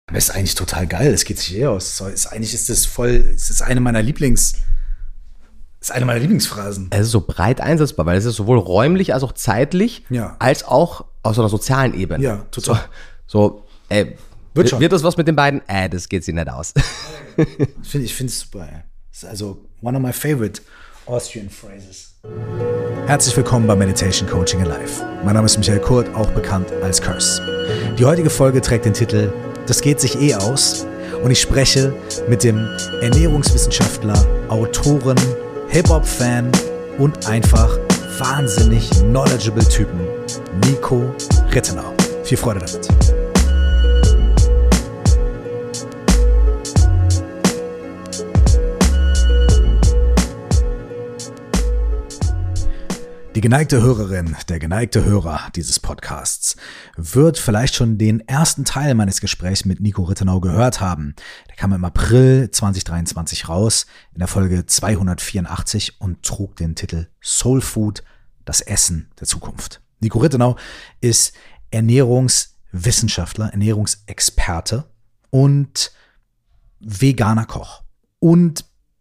Das ist eigentlich total geil. Es geht sich aus. Eigentlich ist das voll, es ist eine meiner Lieblingsphrasen. Es ist so breit einsetzbar, weil es ist sowohl räumlich als auch zeitlich, als auch auf so einer sozialen Ebene. Ja, total. Wird das was mit den beiden? Das geht sich nicht aus. Ich finde es super. Das ist also one of my favorite Austrian phrases. Herzlich willkommen bei Meditation Coaching Alive. Mein Name ist Michael Kurt, auch bekannt als Curse. Die heutige Folge trägt den Titel Das geht sich aus und ich spreche mit dem Ernährungswissenschaftler, Autoren, Hip-Hop-Fan und einfach wahnsinnig knowledgeable Typen Nico Rittenau. Viel Freude damit. Die geneigte Hörerin, der geneigte Hörer dieses Podcasts wird vielleicht schon den ersten Teil meines Gesprächs mit Nico Rittenau gehört haben. Der kam im April 2023 raus, in der Folge 284 und trug den Titel Soul Food, das Essen der Zukunft. Nico Rittenau ist Ernährungswissenschaftler, Ernährungsexperte und veganer Koch und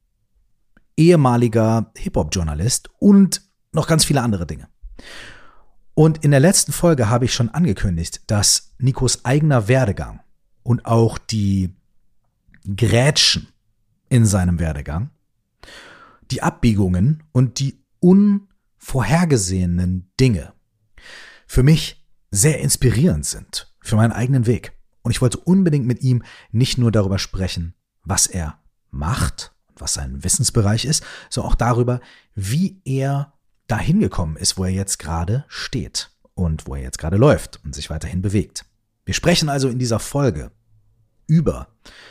ehemaliger Hip-Hop-Journalist und noch ganz viele andere Dinge. Und in der letzten Folge habe ich schon angekündigt, dass Nikos eigener Werdegang und auch die Grätschen in seinem Werdegang, die Abbiegungen und die unvorhergesehenen Dinge für mich sehr inspirierend sind für meinen eigenen Weg. Und ich wollte unbedingt mit ihm nicht nur darüber sprechen, was er macht und was sein Wissensbereich ist, sondern auch darüber, wie er dahin gekommen ist, wo er jetzt gerade steht und wo er jetzt gerade läuft und sich weiterhin bewegt. Wir sprechen also in dieser Folge über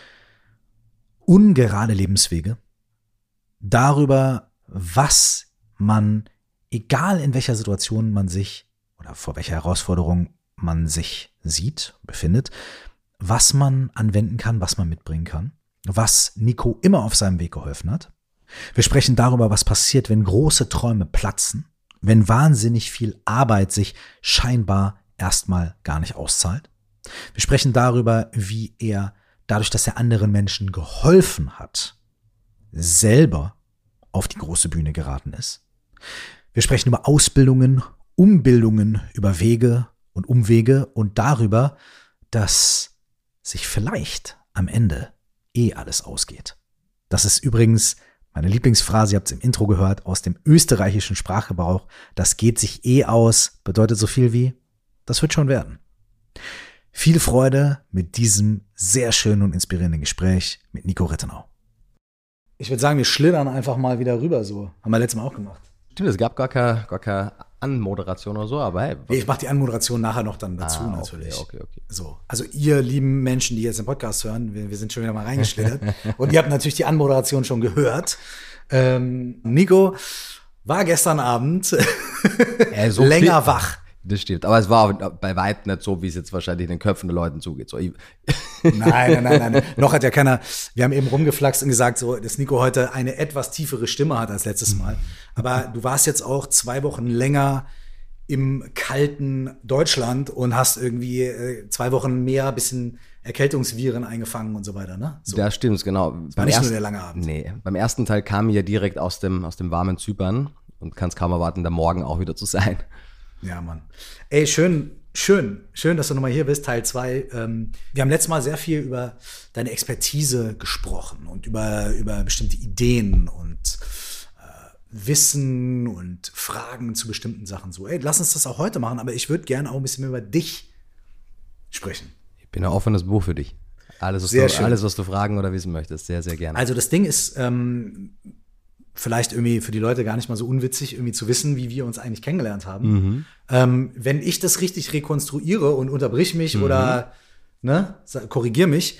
ungerade Lebenswege, darüber, was man, egal in welcher Situation man sich oder vor welcher Herausforderung man sich sieht, befindet, was man anwenden kann, was man mitbringen kann, was Nico immer auf seinem Weg geholfen hat. Wir sprechen darüber, was passiert, wenn große Träume platzen, wenn wahnsinnig viel Arbeit sich scheinbar erstmal gar nicht auszahlt. Wir sprechen darüber, wie er, dadurch, dass er anderen Menschen geholfen hat, selber auf die große Bühne geraten ist. Wir sprechen über Ausbildungen, Umbildungen, über Wege und Umwege und darüber, dass sich vielleicht am Ende alles ausgeht. Das ist übrigens meine Lieblingsphrase, ihr habt es im Intro gehört, aus dem österreichischen Sprachgebrauch. Das geht sich aus, bedeutet so viel wie, das wird schon werden. Viel Freude mit diesem sehr schönen und inspirierenden Gespräch mit Nico Rittenau. Ich würde sagen, wir schlittern einfach mal wieder rüber so. Haben wir letztes Mal auch gemacht. Stimmt, es gab gar keine Anmoderation oder so, aber hey. Ich mache die Anmoderation nachher noch dann dazu natürlich. Okay. So, also ihr lieben Menschen, die jetzt den Podcast hören, wir sind schon wieder mal reingeschlittert. Und ihr habt natürlich die Anmoderation schon gehört. Nico war gestern Abend so länger wach. Das stimmt, aber es war bei weitem nicht so, wie es jetzt wahrscheinlich in den Köpfen der Leuten zugeht. So, Nein. Noch hat ja keiner, wir haben eben rumgeflaxt und gesagt, so, dass Nico heute eine etwas tiefere Stimme hat als letztes Mal. Aber du warst jetzt auch 2 Wochen länger im kalten Deutschland und hast irgendwie 2 Wochen mehr bisschen Erkältungsviren eingefangen und so weiter, ne? So. Ja, stimmt, genau. War nicht nur der lange Abend. Nee, beim ersten Teil kam ich ja direkt aus dem warmen Zypern und kann es kaum erwarten, da morgen auch wieder zu sein. Ja, Mann. Ey, schön, dass du nochmal hier bist, Teil 2. Wir haben letztes Mal sehr viel über deine Expertise gesprochen und über bestimmte Ideen und Wissen und Fragen zu bestimmten Sachen. So, ey, lass uns das auch heute machen, aber ich würde gerne auch ein bisschen mehr über dich sprechen. Ich bin ein offenes Buch für dich. Alles, was du fragen oder wissen möchtest, sehr, sehr gerne. Also das Ding ist, vielleicht irgendwie für die Leute gar nicht mal so unwitzig, irgendwie zu wissen, wie wir uns eigentlich kennengelernt haben. Wenn ich das richtig rekonstruiere und unterbrich mich oder korrigier mich,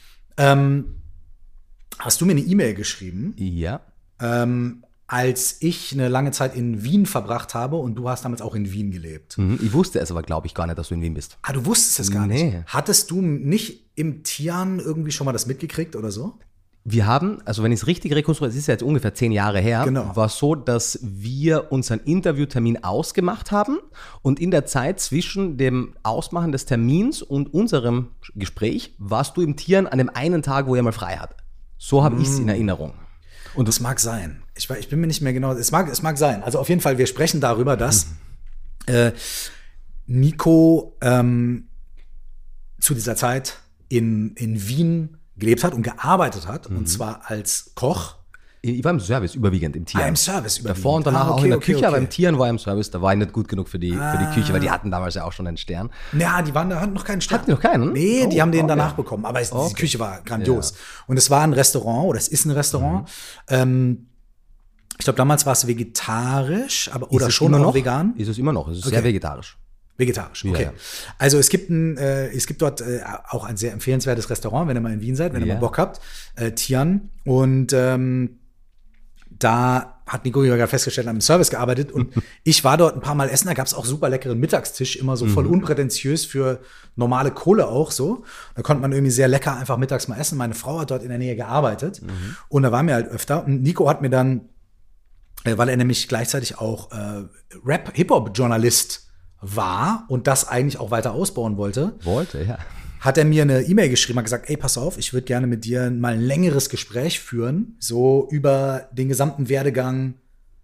hast du mir eine E-Mail geschrieben, ja. als ich eine lange Zeit in Wien verbracht habe und du hast damals auch in Wien gelebt. Ich wusste es aber, glaube ich, gar nicht, dass du in Wien bist. Ah, du wusstest es gar nicht? Hattest du nicht im Tian irgendwie schon mal das mitgekriegt oder so? Wir haben, also wenn ich es richtig rekonstruiere, es ist ja jetzt ungefähr 10 Jahre her, Genau. war so, dass wir unseren Interviewtermin ausgemacht haben und in der Zeit zwischen dem Ausmachen des Termins und unserem Gespräch warst du im Tieren an dem einen Tag, wo er mal frei hat. So habe ich es in Erinnerung. Und das mag sein. Ich bin mir nicht mehr genau, es mag sein. Also auf jeden Fall, wir sprechen darüber, dass Nico zu dieser Zeit in Wien gelebt hat und gearbeitet hat, und zwar als Koch. Ich war im Service überwiegend, im Tieren. Im Service überwiegend. Davor und danach auch in der Küche, okay. aber im Tieren war ich im Service, da war ich nicht gut genug für die Küche, weil die hatten damals ja auch schon einen Stern. Ja, hatten noch keinen Stern. Hatten die noch keinen? Nee, die haben den danach ja. bekommen, aber die Küche war grandios. Ja. Und es war ein Restaurant, oder es ist ein Restaurant. Ich glaube, damals war es vegetarisch, oder schon noch vegan. Ist es immer noch, es ist sehr vegetarisch. Vegetarisch, okay. Ja. Also es gibt dort auch ein sehr empfehlenswertes Restaurant, wenn ihr mal in Wien seid, wenn ihr mal Bock habt, Tian. Und da hat Nico ja festgestellt, am Service gearbeitet, und ich war dort ein paar Mal essen, da gab es auch super leckeren Mittagstisch, immer so voll unprätentiös für normale Kohle auch so. Da konnte man irgendwie sehr lecker einfach mittags mal essen. Meine Frau hat dort in der Nähe gearbeitet und da waren wir halt öfter. Und Nico hat mir dann, weil er nämlich gleichzeitig auch Rap-Hip-Hop-Journalist war und das eigentlich auch weiter ausbauen wollte, hat er mir eine E-Mail geschrieben, hat gesagt, ey, pass auf, ich würde gerne mit dir mal ein längeres Gespräch führen, so über den gesamten Werdegang,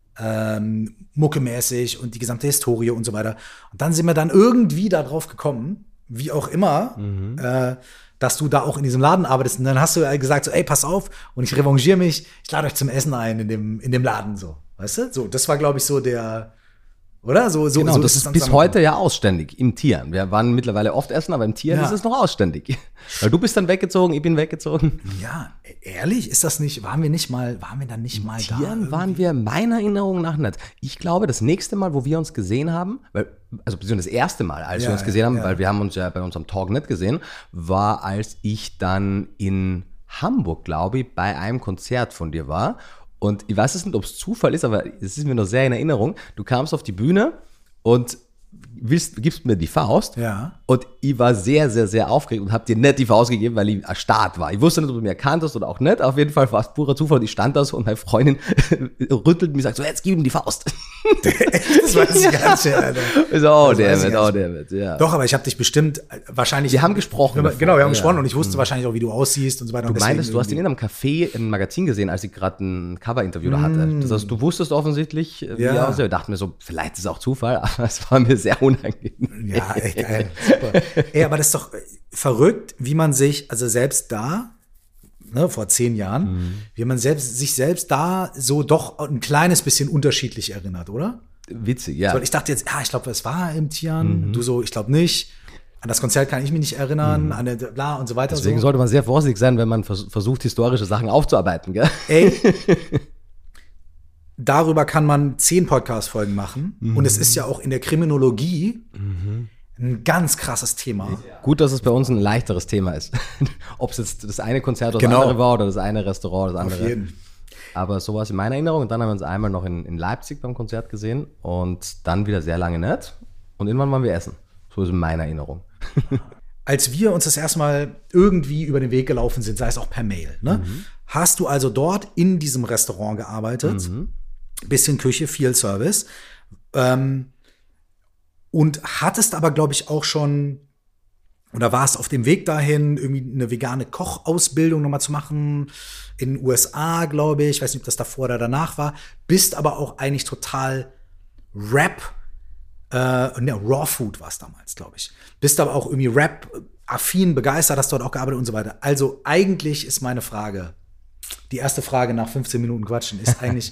muckemäßig und die gesamte Historie und so weiter. Und dann sind wir dann irgendwie da drauf gekommen, wie auch immer, dass du da auch in diesem Laden arbeitest. Und dann hast du gesagt, so, ey, pass auf, und ich revanchiere mich, ich lade euch zum Essen ein in dem Laden, so. Weißt du? So, das war, glaube ich, so der, oder? Genau, so das ist bis heute ja ausständig im Tieren. Wir waren mittlerweile oft essen, aber im Tieren ist es noch ausständig. Weil du bist dann weggezogen, ich bin weggezogen. Ja, ehrlich, ist das nicht, waren wir dann nicht mal da? Tieren waren wir meiner Erinnerung nach nicht. Ich glaube, das nächste Mal, wo wir uns gesehen haben, beziehungsweise das erste Mal, als wir uns gesehen haben, weil wir haben uns ja bei unserem Talk nicht gesehen, war, als ich dann in Hamburg, glaube ich, bei einem Konzert von dir war. Und ich weiß es nicht, ob es Zufall ist, aber es ist mir noch sehr in Erinnerung. Du kamst auf die Bühne und gibst mir die Faust. Ja. Und ich war sehr, sehr, sehr aufgeregt und habe dir nicht die Faust gegeben, weil ich erstarrt war. Ich wusste nicht, ob du mich erkannt hast oder auch nicht. Auf jeden Fall war es purer Zufall. Und ich stand da so und meine Freundin rüttelt mich und sagt so, jetzt gib ihm die Faust. Das weiß ich gar nicht, Alter. So, der wird, ja. Doch, aber ich habe dich bestimmt wahrscheinlich. Wir haben gesprochen. Genau, wir haben gesprochen und ich wusste wahrscheinlich auch, wie du aussiehst und so weiter. Du meintest, du hast in einem Café ein Magazin gesehen, als ich gerade ein Cover-Interview da hatte. Das heißt, du wusstest offensichtlich, wie er aussieht. Ich dachte mir so, vielleicht ist es auch Zufall, aber es war mir sehr unangenehm. Ja, ey, geil, super. Ey, aber das ist doch verrückt, wie man sich, also selbst da, vor 10 Jahren, wie man sich selbst da so doch ein kleines bisschen unterschiedlich erinnert, oder? Witzig, ja. So, ich dachte jetzt, ich glaube, es war im Tian, du so, ich glaube nicht. An das Konzert kann ich mich nicht erinnern, an bla und so weiter. Deswegen sollte man sehr vorsichtig sein, wenn man versucht, historische Sachen aufzuarbeiten, gell? Ey, darüber kann man 10 Podcast-Folgen machen. Und es ist ja auch in der Kriminologie ein ganz krasses Thema. Gut, dass es bei uns ein leichteres Thema ist. Ob es jetzt das eine Konzert oder das andere war oder das eine Restaurant oder das andere. Auf jeden. Aber so war es in meiner Erinnerung. Und dann haben wir uns einmal noch in Leipzig beim Konzert gesehen und dann wieder sehr lange nicht. Und irgendwann waren wir essen. So ist in meiner Erinnerung. Als wir uns das erste Mal irgendwie über den Weg gelaufen sind, sei es auch per Mail, ne? Hast du also dort in diesem Restaurant gearbeitet, bisschen Küche, viel Service, und hattest aber, glaube ich, auch schon, oder warst auf dem Weg dahin, irgendwie eine vegane Kochausbildung nochmal zu machen, in den USA, glaube ich weiß nicht, ob das davor oder danach war, bist aber auch eigentlich total Raw Food war es damals, glaube ich. Bist aber auch irgendwie Rap-affin, begeistert, hast dort auch gearbeitet und so weiter. Also eigentlich ist meine Frage, die erste Frage nach 15 Minuten Quatschen, ist eigentlich,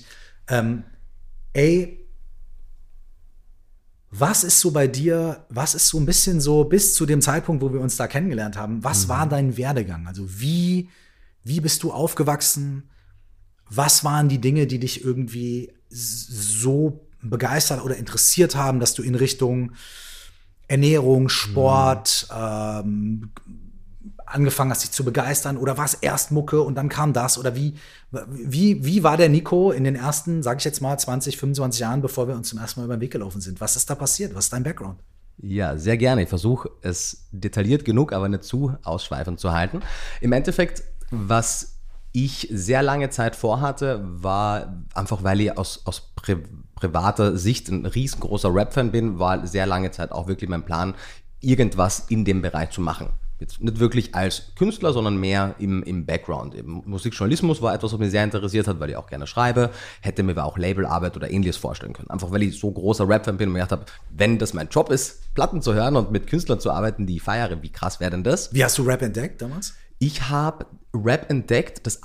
was ist so bei dir, was ist so ein bisschen so bis zu dem Zeitpunkt, wo wir uns da kennengelernt haben, was war dein Werdegang? Also wie bist du aufgewachsen? Was waren die Dinge, die dich irgendwie so begeistert oder interessiert haben, dass du in Richtung Ernährung, Sport angefangen hast, dich zu begeistern? Oder war es erst Mucke und dann kam das? Oder wie war der Nico in den ersten, sag ich jetzt mal, 20, 25 Jahren, bevor wir uns zum ersten Mal über den Weg gelaufen sind? Was ist da passiert? Was ist dein Background? Ja, sehr gerne. Ich versuche es detailliert genug, aber nicht zu ausschweifend zu halten. Im Endeffekt, was ich sehr lange Zeit vorhatte, war einfach, weil ich aus privater Sicht ein riesengroßer Rap-Fan bin, war sehr lange Zeit auch wirklich mein Plan, irgendwas in dem Bereich zu machen. Jetzt nicht wirklich als Künstler, sondern mehr im Background. Eben Musikjournalismus war etwas, was mich sehr interessiert hat, weil ich auch gerne schreibe, hätte mir aber auch Labelarbeit oder Ähnliches vorstellen können. Einfach weil ich so großer Rap-Fan bin und mir gedacht habe, wenn das mein Job ist, Platten zu hören und mit Künstlern zu arbeiten, die ich feiere, wie krass wäre denn das? Wie hast du Rap entdeckt damals? Ich habe Rap entdeckt, den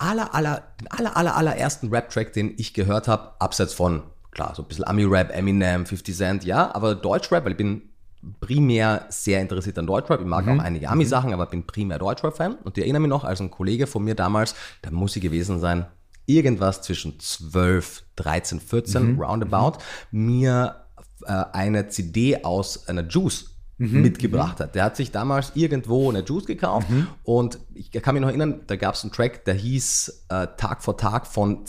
allerersten Rap-Track, den ich gehört habe, abseits von, klar, so ein bisschen Ami-Rap, Eminem, 50 Cent, ja, aber Deutschrap, weil ich bin primär sehr interessiert an Deutschrap. Ich mag auch einige Ami-Sachen, aber bin primär Deutschrap-Fan. Und ich erinnere mich noch, als ein Kollege von mir damals, da muss ich gewesen sein, irgendwas zwischen 12, 13, 14, roundabout, mir eine CD aus einer Juice mitgebracht hat. Der hat sich damals irgendwo eine Juice gekauft und ich kann mich noch erinnern, da gab es einen Track, der hieß Tag vor Tag von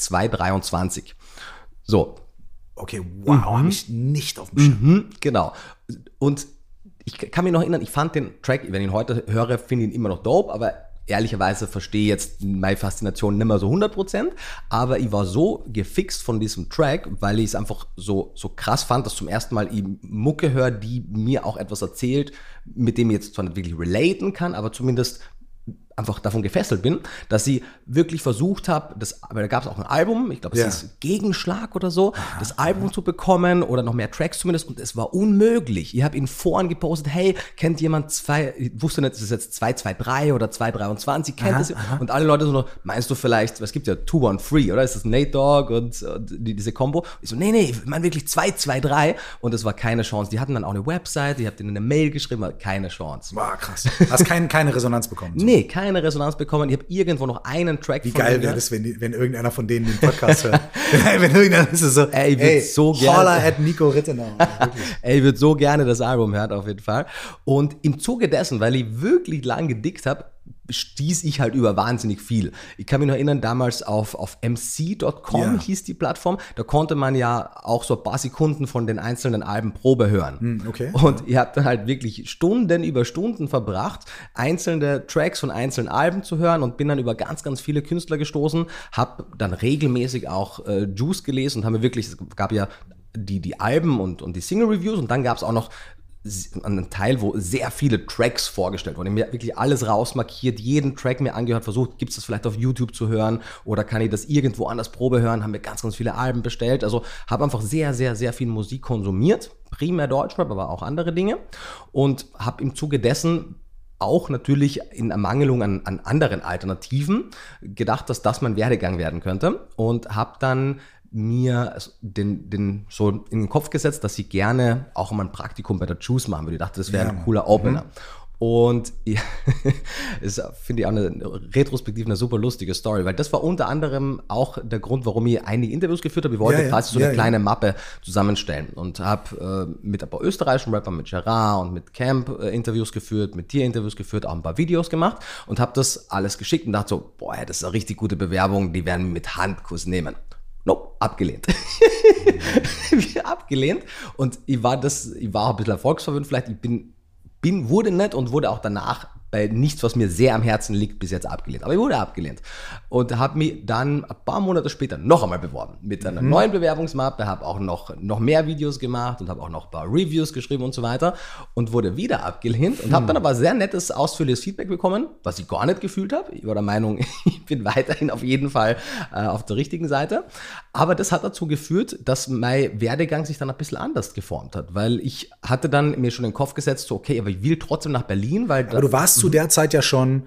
223. So. Okay, wow, habe ich nicht auf dem Schirm. Genau. Und ich kann mich noch erinnern, ich fand den Track, wenn ich ihn heute höre, finde ich ihn immer noch dope, aber ehrlicherweise verstehe jetzt meine Faszination nicht mehr so 100%, aber ich war so gefixt von diesem Track, weil ich es einfach so krass fand, dass zum ersten Mal ich Mucke höre, die mir auch etwas erzählt, mit dem ich jetzt zwar nicht wirklich relaten kann, aber zumindest einfach davon gefesselt bin, dass ich wirklich versucht habe, aber da gab es auch ein Album, ich glaube, es ist Gegenschlag oder so, das Album zu bekommen oder noch mehr Tracks zumindest und es war unmöglich. Ich habe in Foren gepostet, hey, kennt jemand ich wusste nicht, ist es jetzt 223 oder 223, kennt es? Und alle Leute so, meinst du vielleicht, es gibt ja 213, oder? Ist das Nate Dogg und diese Combo? Ich so, nee, ich meine wirklich 223 und es war keine Chance. Die hatten dann auch eine Website, ich habe denen eine Mail geschrieben, aber keine Chance. Wow, krass. Hast keine Resonanz bekommen? So. Nee, keine Resonanz bekommen. Ich habe irgendwo noch einen Track von denen. Wie geil wäre das, wenn irgendeiner von denen den Podcast hört? wenn irgendeiner ist so, so gerne. Holla at Nico Rittenau. Ich würde so gerne das Album hören, auf jeden Fall. Und im Zuge dessen, weil ich wirklich lang gedickt habe, stieß ich halt über wahnsinnig viel. Ich kann mich noch erinnern, damals auf mc.com hieß die Plattform, da konnte man ja auch so ein paar Sekunden von den einzelnen Alben Probe hören. Okay. Und ich habe dann halt wirklich Stunden über Stunden verbracht, einzelne Tracks von einzelnen Alben zu hören und bin dann über ganz, ganz viele Künstler gestoßen, habe dann regelmäßig auch Juice gelesen und haben mir wirklich, es gab ja die Alben und die Single-Reviews und dann gab es auch noch einen Teil, wo sehr viele Tracks vorgestellt wurden. Ich habe mir wirklich alles rausmarkiert, jeden Track mir angehört, versucht, gibt es das vielleicht auf YouTube zu hören oder kann ich das irgendwo anders Probe hören, haben mir ganz, ganz viele Alben bestellt. Also habe einfach sehr, sehr, sehr viel Musik konsumiert, primär Deutschrap, aber auch andere Dinge und habe im Zuge dessen auch natürlich in Ermangelung an anderen Alternativen gedacht, dass das mein Werdegang werden könnte und habe dann mir den so in den Kopf gesetzt, dass ich gerne auch mal ein Praktikum bei der Juice machen würde. Ich dachte, das wäre ein cooler Opener. Und das finde ich auch retrospektiv eine super lustige Story, weil das war unter anderem auch der Grund, warum ich einige Interviews geführt habe. Ich wollte quasi so eine kleine Mappe zusammenstellen und habe mit ein paar österreichischen Rappern, mit Gerard und mit Camp Interviews geführt, mit dir Interviews geführt, auch ein paar Videos gemacht und habe das alles geschickt und dachte so, boah, das ist eine richtig gute Bewerbung, die werden wir mit Handkuss nehmen. Nope, abgelehnt. Abgelehnt. Und ich war ein bisschen erfolgsverwöhnt vielleicht. Wurde nicht und wurde auch danach bei nichts, was mir sehr am Herzen liegt, bis jetzt abgelehnt. Aber ich wurde abgelehnt und habe mich dann ein paar Monate später noch einmal beworben mit einer neuen Bewerbungsmappe, habe auch noch mehr Videos gemacht und habe auch noch ein paar Reviews geschrieben und so weiter und wurde wieder abgelehnt und habe dann aber sehr nettes, ausführliches Feedback bekommen, was ich gar nicht gefühlt habe. Ich war der Meinung, ich bin weiterhin auf jeden Fall auf der richtigen Seite. Aber das hat dazu geführt, dass mein Werdegang sich dann ein bisschen anders geformt hat, weil ich hatte dann mir schon in den Kopf gesetzt, so okay, aber ich will trotzdem nach Berlin, weil... Aber du warst zu der Zeit ja schon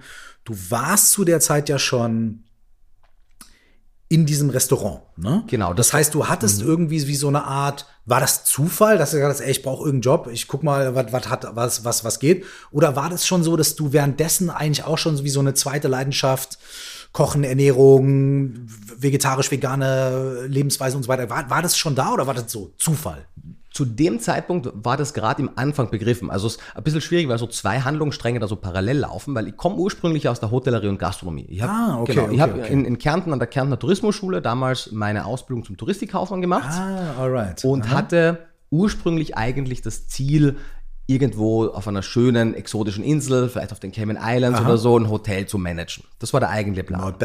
in diesem Restaurant, ne? Genau. Das heißt, du hattest irgendwie wie so eine Art, war das Zufall, dass du gesagt hast, ey, ich brauche irgendeinen Job, ich guck mal, was geht? Oder war das schon so, dass du währenddessen eigentlich auch schon wie so eine zweite Leidenschaft, Kochen, Ernährung, vegetarisch, vegane Lebensweise und so weiter, war das schon da oder war das so Zufall? Zu dem Zeitpunkt war das gerade im Anfang begriffen. Also es ist ein bisschen schwierig, weil so zwei Handlungsstränge da so parallel laufen, weil ich komme ursprünglich aus der Hotellerie und Gastronomie. Ich habe in Kärnten an der Kärntner Tourismusschule damals meine Ausbildung zum Touristikkaufmann gemacht. Alright. Und hatte ursprünglich eigentlich das Ziel, irgendwo auf einer schönen, exotischen Insel, vielleicht auf den Cayman Islands oder so, ein Hotel zu managen. Das war der eigentliche Plan. Not bad.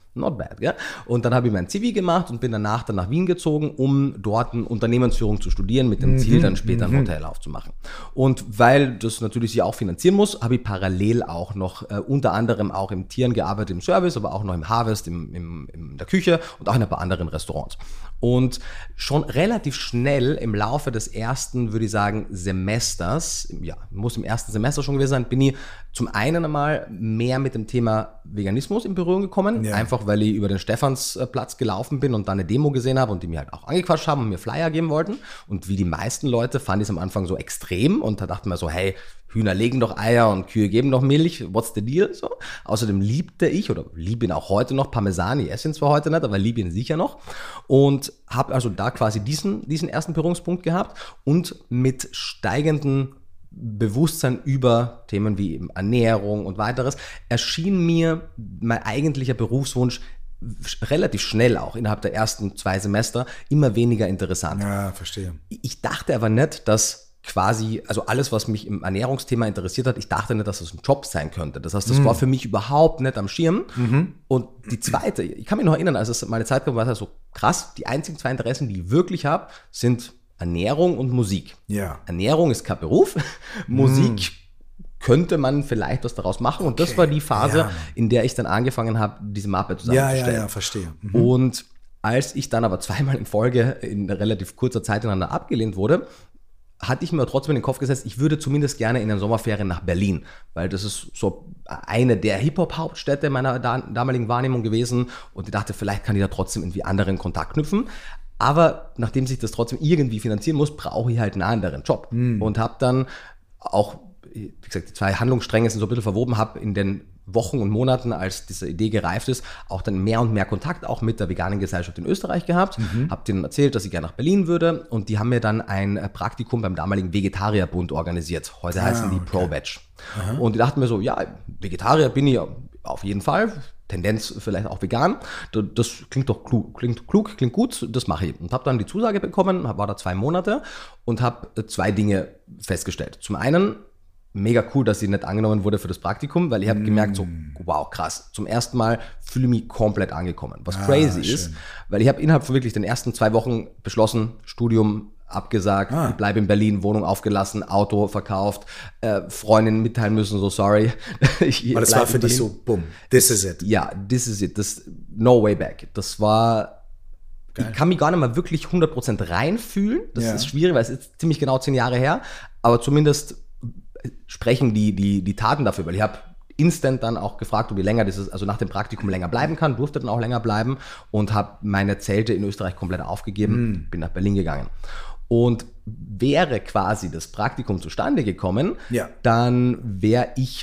Not bad, gell? Und dann habe ich mein Zivi gemacht und bin danach dann nach Wien gezogen, um dort eine Unternehmensführung zu studieren, mit dem Ziel, dann später ein Hotel aufzumachen. Und weil das natürlich sich auch finanzieren muss, habe ich parallel auch noch unter anderem auch im Tieren gearbeitet, im Service, aber auch noch im Harvest, in der Küche und auch in ein paar anderen Restaurants. Und schon relativ schnell im Laufe des ersten, würde ich sagen, Semesters, ja, muss im ersten Semester schon gewesen sein, bin ich zum einen einmal mehr mit dem Thema Veganismus in Berührung gekommen, einfach weil ich über den Stephansplatz gelaufen bin und da eine Demo gesehen habe und die mir halt auch angequatscht haben und mir Flyer geben wollten. Und wie die meisten Leute fand ich es am Anfang so extrem und da dachte man so, hey, Hühner legen doch Eier und Kühe geben doch Milch, what's the deal? So. Außerdem liebte ich oder liebe ihn auch heute noch Parmesan, ich esse ihn zwar heute nicht, aber liebe ihn sicher noch und habe also da quasi diesen ersten Berührungspunkt gehabt und mit steigenden Bewusstsein über Themen wie eben Ernährung und weiteres erschien mir mein eigentlicher Berufswunsch relativ schnell auch innerhalb der ersten 2 Semester immer weniger interessant. Ja, verstehe. Ich dachte aber nicht, dass quasi, also alles, was mich im Ernährungsthema interessiert hat, ich dachte nicht, dass das ein Job sein könnte. Das heißt, das war für mich überhaupt nicht am Schirm. Und die zweite, ich kann mich noch erinnern, als es meine Zeit gab, war das so krass, die einzigen 2 Interessen, die ich wirklich habe, sind Ernährung und Musik. Ja. Ernährung ist kein Beruf, Musik könnte man vielleicht was daraus machen. Und das war die Phase, in der ich dann angefangen habe, diese Mappe zusammenzustellen. Ja, verstehe. Und als ich dann aber 2-mal in Folge in relativ kurzer Zeit ineinander abgelehnt wurde, hatte ich mir trotzdem in den Kopf gesetzt, ich würde zumindest gerne in den Sommerferien nach Berlin, weil das ist so eine der Hip-Hop-Hauptstädte meiner damaligen Wahrnehmung gewesen und ich dachte, vielleicht kann ich da trotzdem irgendwie anderen Kontakt knüpfen. Aber nachdem sich das trotzdem irgendwie finanzieren muss, brauche ich halt einen anderen Job. Und habe dann auch, wie gesagt, die 2 Handlungsstränge sind so ein bisschen verwoben, habe in den Wochen und Monaten, als diese Idee gereift ist, auch dann mehr und mehr Kontakt auch mit der veganen Gesellschaft in Österreich gehabt. Habe denen erzählt, dass ich gerne nach Berlin würde und die haben mir dann ein Praktikum beim damaligen Vegetarierbund organisiert. Heute heißen die Pro-Veg. Und die dachten mir so, ja, Vegetarier bin ich auf jeden Fall, Tendenz vielleicht auch vegan. Das klingt doch klug, klingt gut, das mache ich. Und habe dann die Zusage bekommen, war da 2 Monate und habe 2 Dinge festgestellt. Zum einen, mega cool, dass sie nicht angenommen wurde für das Praktikum, weil ich habe gemerkt, so, wow, krass. Zum ersten Mal fühle ich mich komplett angekommen. Was crazy ist, weil ich habe innerhalb von wirklich den ersten 2 Wochen beschlossen, Studium abgesagt, ich bleibe in Berlin, Wohnung aufgelassen, Auto verkauft, Freundin mitteilen müssen, so sorry. Aber das war für dich so, boom, this is it. Ja, this is it, no way back. Das war, geil. Ich kann mich gar nicht mal wirklich 100% reinfühlen. Das ist schwierig, weil es ist ziemlich genau 10 Jahre her, aber zumindest sprechen die Taten dafür, weil ich habe instant dann auch gefragt, ob ich länger also nach dem Praktikum länger bleiben kann, durfte dann auch länger bleiben und habe meine Zelte in Österreich komplett aufgegeben, bin nach Berlin gegangen. Und wäre quasi das Praktikum zustande gekommen, dann wäre ich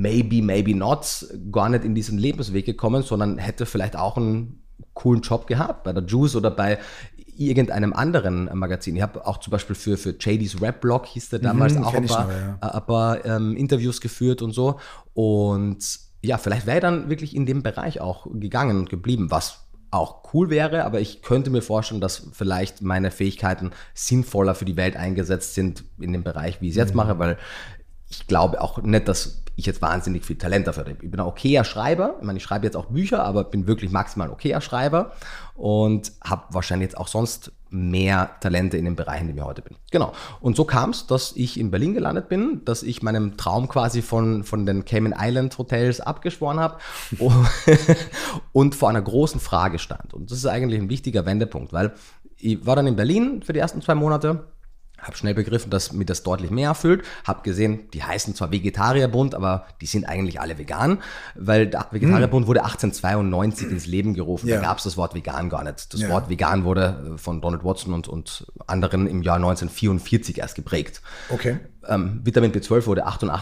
maybe not gar nicht in diesen Lebensweg gekommen, sondern hätte vielleicht auch einen coolen Job gehabt bei der Juice oder bei irgendeinem anderen Magazin. Ich habe auch zum Beispiel für JD's Rap-Blog, hieß der damals, auch ein paar Interviews geführt und so. Und ja, vielleicht wäre ich dann wirklich in dem Bereich auch gegangen und geblieben, was auch cool wäre, aber ich könnte mir vorstellen, dass vielleicht meine Fähigkeiten sinnvoller für die Welt eingesetzt sind in dem Bereich, wie ich es jetzt mache, weil ich glaube auch nicht, dass ich jetzt wahnsinnig viel Talent dafür habe. Ich bin ein okayer Schreiber. Ich meine, ich schreibe jetzt auch Bücher, aber bin wirklich maximal ein okayer Schreiber und habe wahrscheinlich jetzt auch sonst mehr Talente in den Bereichen, in dem ich heute bin. Genau. Und so kam es, dass ich in Berlin gelandet bin, dass ich meinem Traum quasi von den Cayman Island Hotels abgeschworen habe und vor einer großen Frage stand. Und das ist eigentlich ein wichtiger Wendepunkt, weil ich war dann in Berlin für die ersten 2 Monate, habe schnell begriffen, dass mir das deutlich mehr erfüllt. Habe gesehen, die heißen zwar Vegetarierbund, aber die sind eigentlich alle vegan, weil der Vegetarierbund wurde 1892 ins Leben gerufen. Da gab es das Wort vegan gar nicht. Das Wort vegan wurde von Donald Watson und anderen im Jahr 1944 erst geprägt. Okay. Vitamin B12 wurde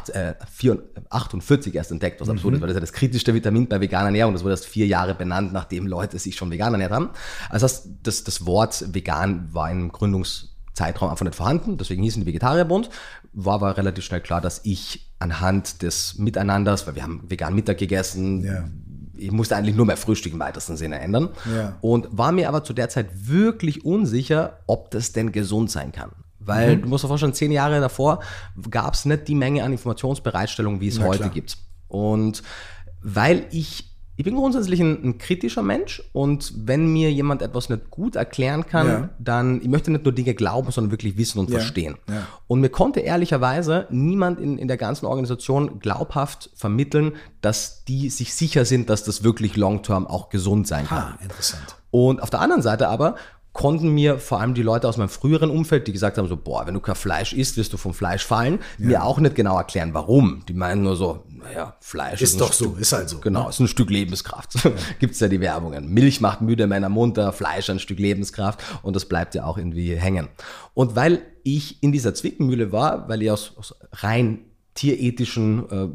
48 erst entdeckt, was absurd ist, weil das ist ja das kritischste Vitamin bei veganer Ernährung. Das wurde erst 4 Jahre benannt, nachdem Leute sich schon vegan ernährt haben. Also das Wort vegan war im Gründungszeitraum einfach nicht vorhanden, deswegen hießen die Vegetarierbund, war aber relativ schnell klar, dass ich anhand des Miteinanders, weil wir haben vegan Mittag gegessen, ich musste eigentlich nur mehr Frühstück im weitesten Sinne ändern und war mir aber zu der Zeit wirklich unsicher, ob das denn gesund sein kann. Weil du musst dir vorstellen, 10 Jahre davor gab es nicht die Menge an Informationsbereitstellung, wie es heute gibt. Und weil ich Ich bin grundsätzlich ein kritischer Mensch und wenn mir jemand etwas nicht gut erklären kann, dann, ich möchte nicht nur Dinge glauben, sondern wirklich wissen und verstehen. Ja. Und mir konnte ehrlicherweise niemand in der ganzen Organisation glaubhaft vermitteln, dass die sich sicher sind, dass das wirklich long-term auch gesund sein kann. Interessant. Und auf der anderen Seite aber konnten mir vor allem die Leute aus meinem früheren Umfeld, die gesagt haben so, boah, wenn du kein Fleisch isst, wirst du vom Fleisch fallen, mir auch nicht genau erklären, warum. Die meinen nur so, naja, Fleisch ist doch so, ist halt so. Genau, ist ein Stück Lebenskraft. Gibt's ja die Werbungen. Milch macht müde, Männer munter, Fleisch ein Stück Lebenskraft und das bleibt ja auch irgendwie hängen. Und weil ich in dieser Zwickmühle war, weil ich aus rein tierethischer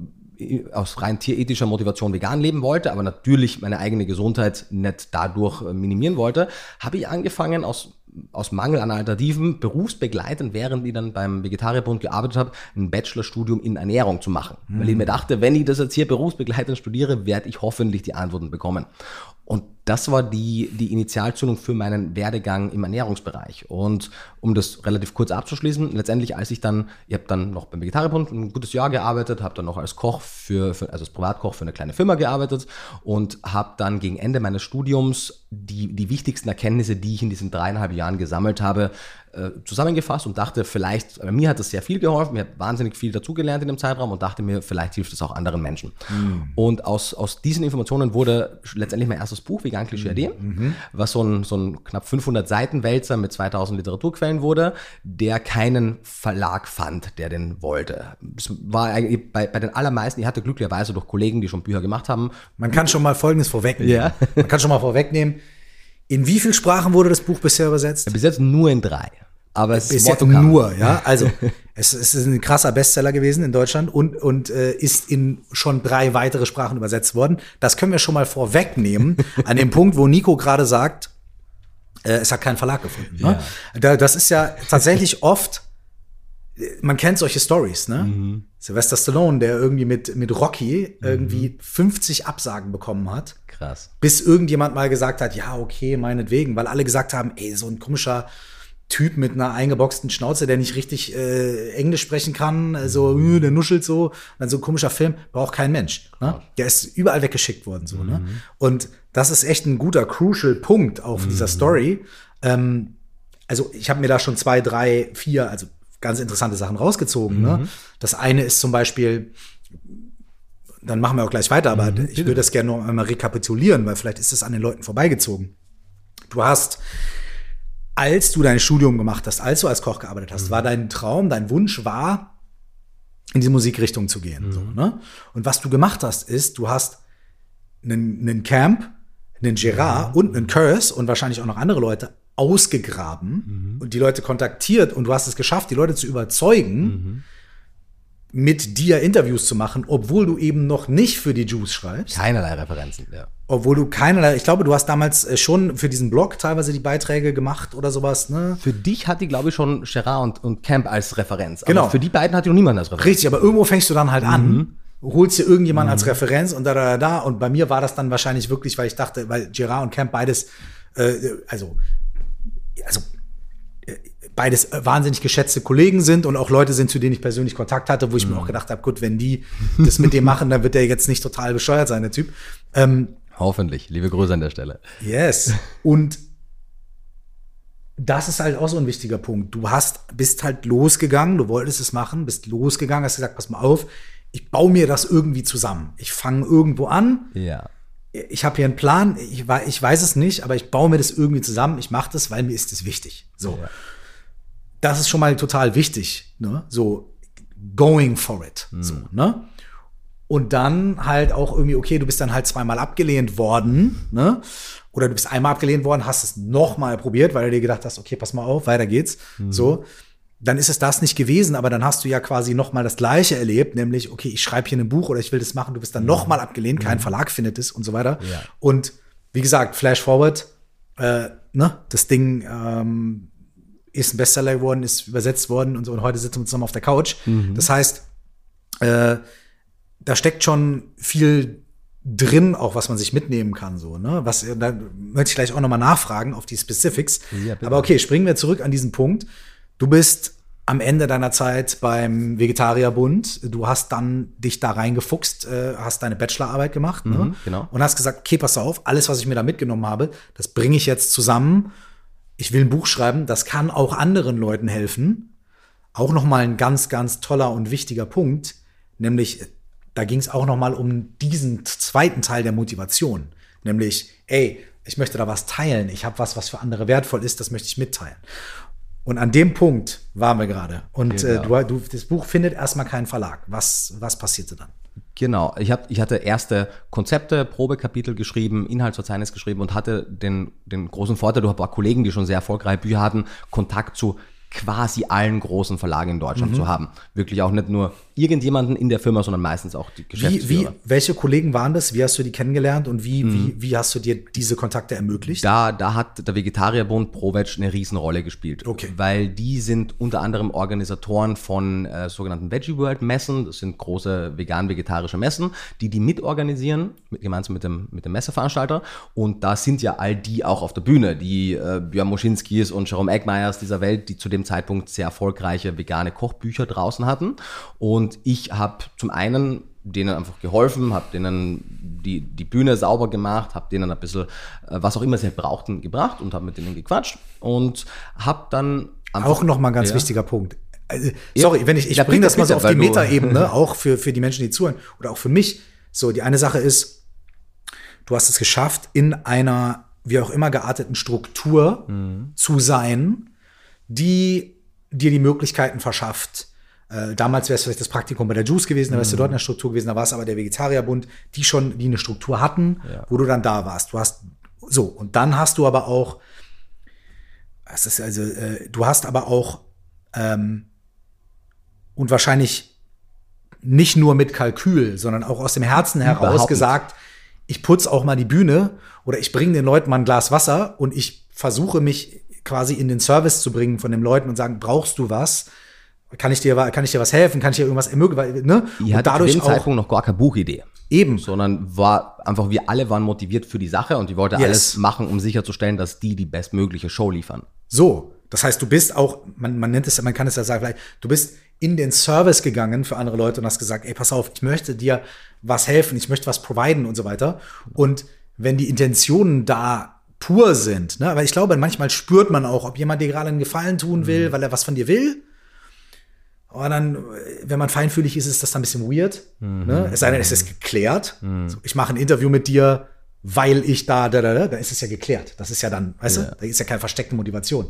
Motivation vegan leben wollte, aber natürlich meine eigene Gesundheit nicht dadurch minimieren wollte, habe ich angefangen, aus Mangel an Alternativen berufsbegleitend, während ich dann beim Vegetarierbund gearbeitet habe, ein Bachelorstudium in Ernährung zu machen. Weil ich mir dachte, wenn ich das jetzt hier berufsbegleitend studiere, werde ich hoffentlich die Antworten bekommen. Und das war die Initialzündung für meinen Werdegang im Ernährungsbereich. Und um das relativ kurz abzuschließen, letztendlich ich habe dann noch beim Vegetarierbund ein gutes Jahr gearbeitet, habe dann noch als Koch also als Privatkoch für eine kleine Firma gearbeitet und habe dann gegen Ende meines Studiums die wichtigsten Erkenntnisse, die ich in diesen 3,5 Jahren gesammelt habe, zusammengefasst und dachte, vielleicht, mir hat das sehr viel geholfen, mir hat wahnsinnig viel dazugelernt in dem Zeitraum und dachte mir, vielleicht hilft es auch anderen Menschen. Und aus diesen Informationen wurde letztendlich mein erstes Buch, Vegan Klischee.de, was so ein knapp 500 Seiten Wälzer mit 2000 Literaturquellen wurde, der keinen Verlag fand, der den wollte. Es war eigentlich bei den allermeisten, ich hatte glücklicherweise durch Kollegen, die schon Bücher gemacht haben. Man kann schon mal Folgendes vorwegnehmen. Ja. Man kann schon mal vorwegnehmen, in wie vielen Sprachen wurde das Buch bisher übersetzt? Bis jetzt nur in 3. Aber es ist nur, ja. Also es ist ein krasser Bestseller gewesen in Deutschland und ist in schon 3 weitere Sprachen übersetzt worden. Das können wir schon mal vorwegnehmen an dem Punkt, wo Nico gerade sagt, es hat keinen Verlag gefunden. Ne? Ja. Das ist ja tatsächlich oft, man kennt solche Stories, ne? Sylvester Stallone, der irgendwie mit Rocky irgendwie 50 Absagen bekommen hat. Krass. Bis irgendjemand mal gesagt hat, ja, okay, meinetwegen, weil alle gesagt haben, ey, so ein komischer Typ mit einer eingeboxten Schnauze, der nicht richtig Englisch sprechen kann, so, der nuschelt so, und dann so ein komischer Film, braucht kein Mensch. Ne? Der ist überall weggeschickt worden, so, ne? Und das ist echt ein guter, crucial Punkt auf dieser Story. Also ich habe mir da schon 2, 3, 4, also ganz interessante Sachen rausgezogen. Ne? Das eine ist zum Beispiel, dann machen wir auch gleich weiter, aber ich würde das gerne noch einmal rekapitulieren, weil vielleicht ist es an den Leuten vorbeigezogen. Du hast, als du dein Studium gemacht hast, als du als Koch gearbeitet hast, war dein Traum, dein Wunsch war, in die Musikrichtung zu gehen. So, ne? Und was du gemacht hast, ist, du hast einen Camp, einen Gerard und einen Curse und wahrscheinlich auch noch andere Leute ausgegraben und die Leute kontaktiert und du hast es geschafft, die Leute zu überzeugen, mit dir Interviews zu machen, obwohl du eben noch nicht für die Juice schreibst. Keinerlei Referenzen, ja. Obwohl du ich glaube, du hast damals schon für diesen Blog teilweise die Beiträge gemacht oder sowas, ne? Für dich hatte ich, glaube ich, schon Gerard und Camp als Referenz. Genau. Aber für die beiden hatte ich noch niemanden als Referenz. Richtig, aber irgendwo fängst du dann halt an, holst dir irgendjemanden als Referenz und da. Und bei mir war das dann wahrscheinlich wirklich, weil ich dachte, weil Gerard und Camp beides, beides wahnsinnig geschätzte Kollegen sind und auch Leute sind, zu denen ich persönlich Kontakt hatte, wo ich mir auch gedacht habe, gut, wenn die das mit dem machen, dann wird der jetzt nicht total bescheuert sein, der Typ. Hoffentlich. Liebe Grüße an der Stelle. Yes. Und das ist halt auch so ein wichtiger Punkt. Du bist halt losgegangen, du wolltest es machen, bist losgegangen, hast gesagt, pass mal auf, ich baue mir das irgendwie zusammen. Ich fange irgendwo an. Ja. Ich habe hier einen Plan, ich weiß es nicht, aber ich baue mir das irgendwie zusammen, ich mache das, weil mir ist es wichtig. So. Ja. Das ist schon mal total wichtig, ne? So going for it. So, ne? Und dann halt auch irgendwie, okay, du bist dann halt 2-mal abgelehnt worden, ne? Oder du bist einmal abgelehnt worden, hast es nochmal probiert, weil du dir gedacht hast, okay, pass mal auf, weiter geht's. So. Dann ist es das nicht gewesen, aber dann hast du ja quasi nochmal das Gleiche erlebt, nämlich, okay, ich schreibe hier ein Buch oder ich will das machen, du bist dann nochmal abgelehnt, kein Verlag findet es und so weiter. Ja. Und wie gesagt, Flash Forward, ne, das Ding ist ein Bestseller geworden, ist übersetzt worden und so, und heute sitzen wir zusammen auf der Couch. Das heißt, da steckt schon viel drin, auch was man sich mitnehmen kann, so, ne? Da möchte ich gleich auch nochmal nachfragen auf die Specifics. Ja, aber okay, springen wir zurück an diesen Punkt. Du bist am Ende deiner Zeit beim Vegetarierbund, du hast dann dich da reingefuchst, hast deine Bachelorarbeit gemacht, ne? Genau. Und hast gesagt, okay, pass auf, alles, was ich mir da mitgenommen habe, das bringe ich jetzt zusammen. Ich will ein Buch schreiben, das kann auch anderen Leuten helfen. Auch nochmal ein ganz, ganz toller und wichtiger Punkt, nämlich da ging es auch nochmal um diesen zweiten Teil der Motivation, nämlich, ey, ich möchte da was teilen, ich habe was für andere wertvoll ist, das möchte ich mitteilen. Und an dem Punkt waren wir gerade. Und das Buch findet erstmal keinen Verlag. Was passierte dann? Genau, ich hatte erste Konzepte, Probekapitel geschrieben, Inhaltsverzeichnis geschrieben und hatte den großen Vorteil, durch ein paar Kollegen, die schon sehr erfolgreiche Bücher hatten, Kontakt zu quasi allen großen Verlagen in Deutschland zu haben. Wirklich auch nicht nur irgendjemanden in der Firma, sondern meistens auch die Geschäftsführer. Welche Kollegen waren das? Wie hast du die kennengelernt und wie hast du dir diese Kontakte ermöglicht? Da hat der Vegetarierbund ProVeg eine Riesenrolle gespielt. Okay. Weil die sind unter anderem Organisatoren von sogenannten Veggie World Messen. Das sind große vegan-vegetarische Messen, die mitorganisieren, gemeinsam mit dem Messeveranstalter. Und da sind ja all die auch auf der Bühne. Die Björn Moschinskis und Jerome Eggmeyers dieser Welt, die zu dem Zeitpunkt sehr erfolgreiche vegane Kochbücher draußen hatten. Und ich habe zum einen denen einfach geholfen, habe denen die Bühne sauber gemacht, habe denen ein bisschen, was auch immer sie brauchten, gebracht und habe mit denen gequatscht und habe dann einfach, auch nochmal ein ganz wichtiger Punkt. Sorry, wenn ich bringe das mal so auf die Metaebene, auch für die Menschen, die zuhören, oder auch für mich. So, die eine Sache ist, du hast es geschafft, in einer wie auch immer gearteten Struktur zu sein, die dir die Möglichkeiten verschafft. Damals wäre es vielleicht das Praktikum bei der Juice gewesen, da wärst du dort in der Struktur gewesen, da war es aber der Vegetarierbund, die eine Struktur hatten, wo du dann da warst. Und dann hast du aber auch, du hast aber auch und wahrscheinlich nicht nur mit Kalkül, sondern auch aus dem Herzen heraus gesagt, ich putze auch mal die Bühne oder ich bringe den Leuten mal ein Glas Wasser und ich versuche mich quasi in den Service zu bringen von den Leuten und sagen, brauchst du was? Kann ich dir was helfen? Kann ich dir irgendwas ermöglichen? Ne? Ich hatte zu dem Zeitpunkt noch gar keine Buchidee. Eben. Sondern war einfach, wir alle waren motiviert für die Sache und ich wollte alles machen, um sicherzustellen, dass die bestmögliche Show liefern. So, das heißt, du bist auch, man kann es ja sagen, vielleicht, du bist in den Service gegangen für andere Leute und hast gesagt, ey, pass auf, ich möchte dir was helfen, ich möchte was providen und so weiter. Und wenn die Intentionen da pur sind, ne, weil ich glaube, manchmal spürt man auch, ob jemand dir gerade einen Gefallen tun will, weil er was von dir will. Aber dann, wenn man feinfühlig ist, ist das dann ein bisschen weird. Ne? Es sei denn, es ist geklärt. So, ich mache ein Interview mit dir, weil ich dann ist es ja geklärt. Das ist ja dann, weißt du, da ist ja keine versteckte Motivation.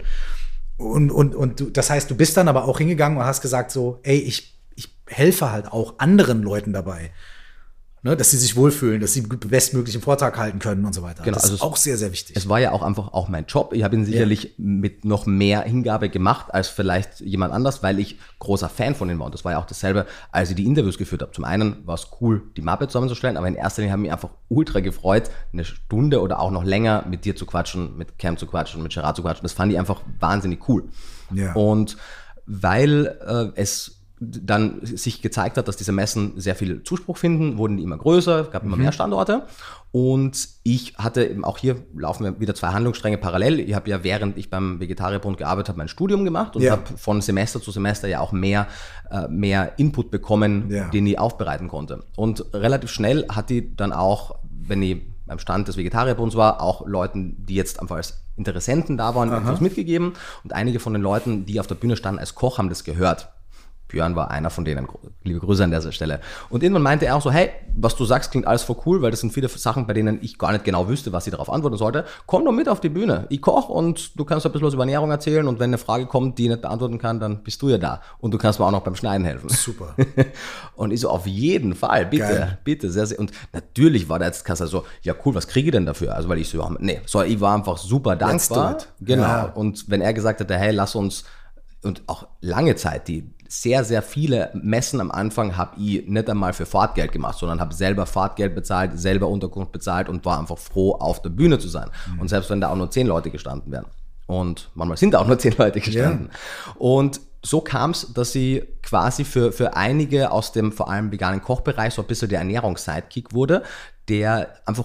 Und das heißt, du bist dann aber auch hingegangen und hast gesagt so, ey, ich helfe halt auch anderen Leuten dabei. Ne, dass sie sich wohlfühlen, dass sie bestmöglichen Vortrag halten können und so weiter. Genau, das ist auch sehr, sehr wichtig. Es war ja auch einfach auch mein Job. Ich habe ihn sicherlich mit noch mehr Hingabe gemacht als vielleicht jemand anders, weil ich großer Fan von ihm war. Und das war ja auch dasselbe, als ich die Interviews geführt habe. Zum einen war es cool, die Mappe zusammenzustellen, aber in erster Linie haben mich einfach ultra gefreut, eine Stunde oder auch noch länger mit dir zu quatschen, mit Cam zu quatschen, mit Gerard zu quatschen. Das fand ich einfach wahnsinnig cool. Ja. Und weil es dann sich gezeigt hat, dass diese Messen sehr viel Zuspruch finden, wurden die immer größer, gab immer mehr Standorte und ich hatte eben auch hier laufen wir wieder 2 Handlungsstränge parallel. Ich habe ja, während ich beim Vegetarierbund gearbeitet habe, mein Studium gemacht und habe von Semester zu Semester ja auch mehr Input bekommen, den ich aufbereiten konnte. Und relativ schnell hat die dann auch, wenn ich beim Stand des Vegetarierbunds war, auch Leuten, die jetzt einfach als Interessenten da waren, etwas mitgegeben und einige von den Leuten, die auf der Bühne standen als Koch, haben das gehört. Björn war einer von denen, liebe Grüße an dieser Stelle. Und irgendwann meinte er auch so, hey, was du sagst, klingt alles voll cool, weil das sind viele Sachen, bei denen ich gar nicht genau wüsste, was ich darauf antworten sollte. Komm doch mit auf die Bühne. Ich koche und du kannst ein bisschen was über Ernährung erzählen und wenn eine Frage kommt, die ich nicht beantworten kann, dann bist du ja da. Und du kannst mir auch noch beim Schneiden helfen. Super. Und ich so, auf jeden Fall, bitte, geil. Bitte, sehr, sehr. Und natürlich war da jetzt Kasse so, ja cool, was kriege ich denn dafür? Also weil ich so, ich war einfach super dankbar. Genau. Ja. Und wenn er gesagt hätte, hey, lass uns, und auch lange Zeit, die sehr, sehr viele Messen am Anfang habe ich nicht einmal für Fahrtgeld gemacht, sondern habe selber Fahrtgeld bezahlt, selber Unterkunft bezahlt und war einfach froh, auf der Bühne zu sein. Und selbst wenn da auch nur 10 Leute gestanden wären. Und manchmal sind da auch nur 10 Leute gestanden. Yeah. Und so kam es, dass sie quasi für einige aus dem vor allem veganen Kochbereich so ein bisschen der Ernährungs-Sidekick wurde, der einfach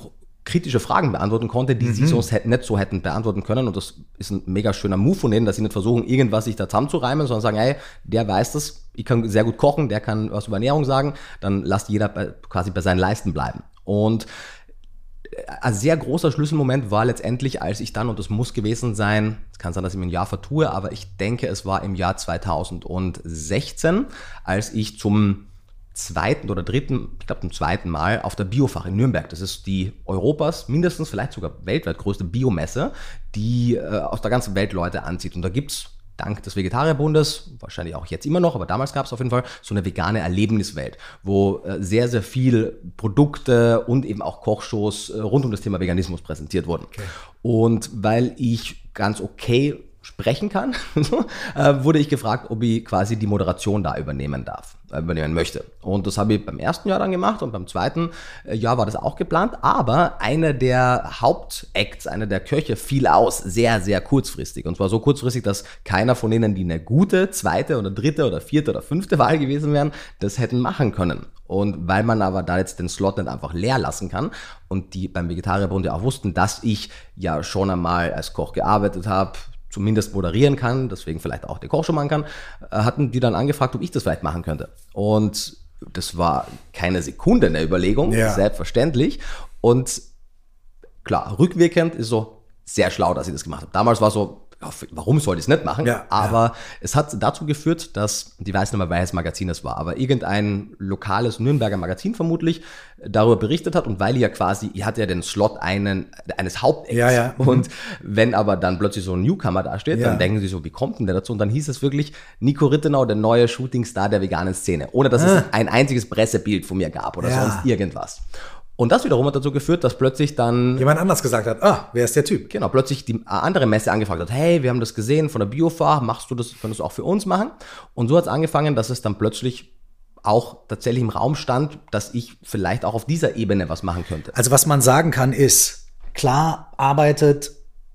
kritische Fragen beantworten konnte, die sie sonst nicht so hätten beantworten können. Und das ist ein mega schöner Move von denen, dass sie nicht versuchen, irgendwas sich da zusammenzureimen, sondern sagen, hey, der weiß das, ich kann sehr gut kochen, der kann was über Ernährung sagen, dann lasst jeder quasi bei seinen Leisten bleiben. Und ein sehr großer Schlüsselmoment war letztendlich, als ich dann, und das muss gewesen sein, es kann sein, dass ich mir ein Jahr vertue, aber ich denke, es war im Jahr 2016, als ich zum zweiten Mal auf der Biofach in Nürnberg, das ist die Europas, mindestens vielleicht sogar weltweit größte Biomesse, die aus der ganzen Welt Leute anzieht. Und da gibt's dank des Vegetarierbundes, wahrscheinlich auch jetzt immer noch, aber damals gab es auf jeden Fall so eine vegane Erlebniswelt, wo sehr, sehr viel Produkte und eben auch Kochshows rund um das Thema Veganismus präsentiert wurden. Okay. Und weil ich ganz okay sprechen kann, wurde ich gefragt, ob ich quasi die Moderation da übernehmen möchte. Und das habe ich beim ersten Jahr dann gemacht und beim zweiten Jahr war das auch geplant, aber einer der Hauptacts, einer der Köche fiel aus, sehr, sehr kurzfristig. Und zwar so kurzfristig, dass keiner von denen, die eine gute zweite oder dritte oder vierte oder fünfte Wahl gewesen wären, das hätten machen können. Und weil man aber da jetzt den Slot nicht einfach leer lassen kann und die beim Vegetarierbund ja auch wussten, dass ich ja schon einmal als Koch gearbeitet habe, zumindest moderieren kann, deswegen vielleicht auch die Kochshow machen kann, hatten die dann angefragt, ob ich das vielleicht machen könnte. Und das war keine Sekunde eine Überlegung, selbstverständlich. Und klar, rückwirkend ist so sehr schlau, dass ich das gemacht habe. Damals war so, warum sollte ich es nicht machen? Aber es hat dazu geführt, dass, ich weiß nicht mehr, welches Magazin es war, aber irgendein lokales Nürnberger Magazin vermutlich darüber berichtet hat und weil ich hatte ja den Slot eines Hauptacts und wenn aber dann plötzlich so ein Newcomer dasteht, dann denken sie so, wie kommt denn der dazu? Und dann hieß es wirklich, Nico Rittenau, der neue Shootingstar der veganen Szene, ohne dass es ein einziges Pressebild von mir gab oder sonst irgendwas. Und das wiederum hat dazu geführt, dass plötzlich dann jemand anders gesagt hat, wer ist der Typ? Genau, plötzlich die andere Messe angefragt hat, hey, wir haben das gesehen von der Biofach, könntest du auch für uns machen? Und so hat es angefangen, dass es dann plötzlich auch tatsächlich im Raum stand, dass ich vielleicht auch auf dieser Ebene was machen könnte. Also was man sagen kann ist, klar arbeitet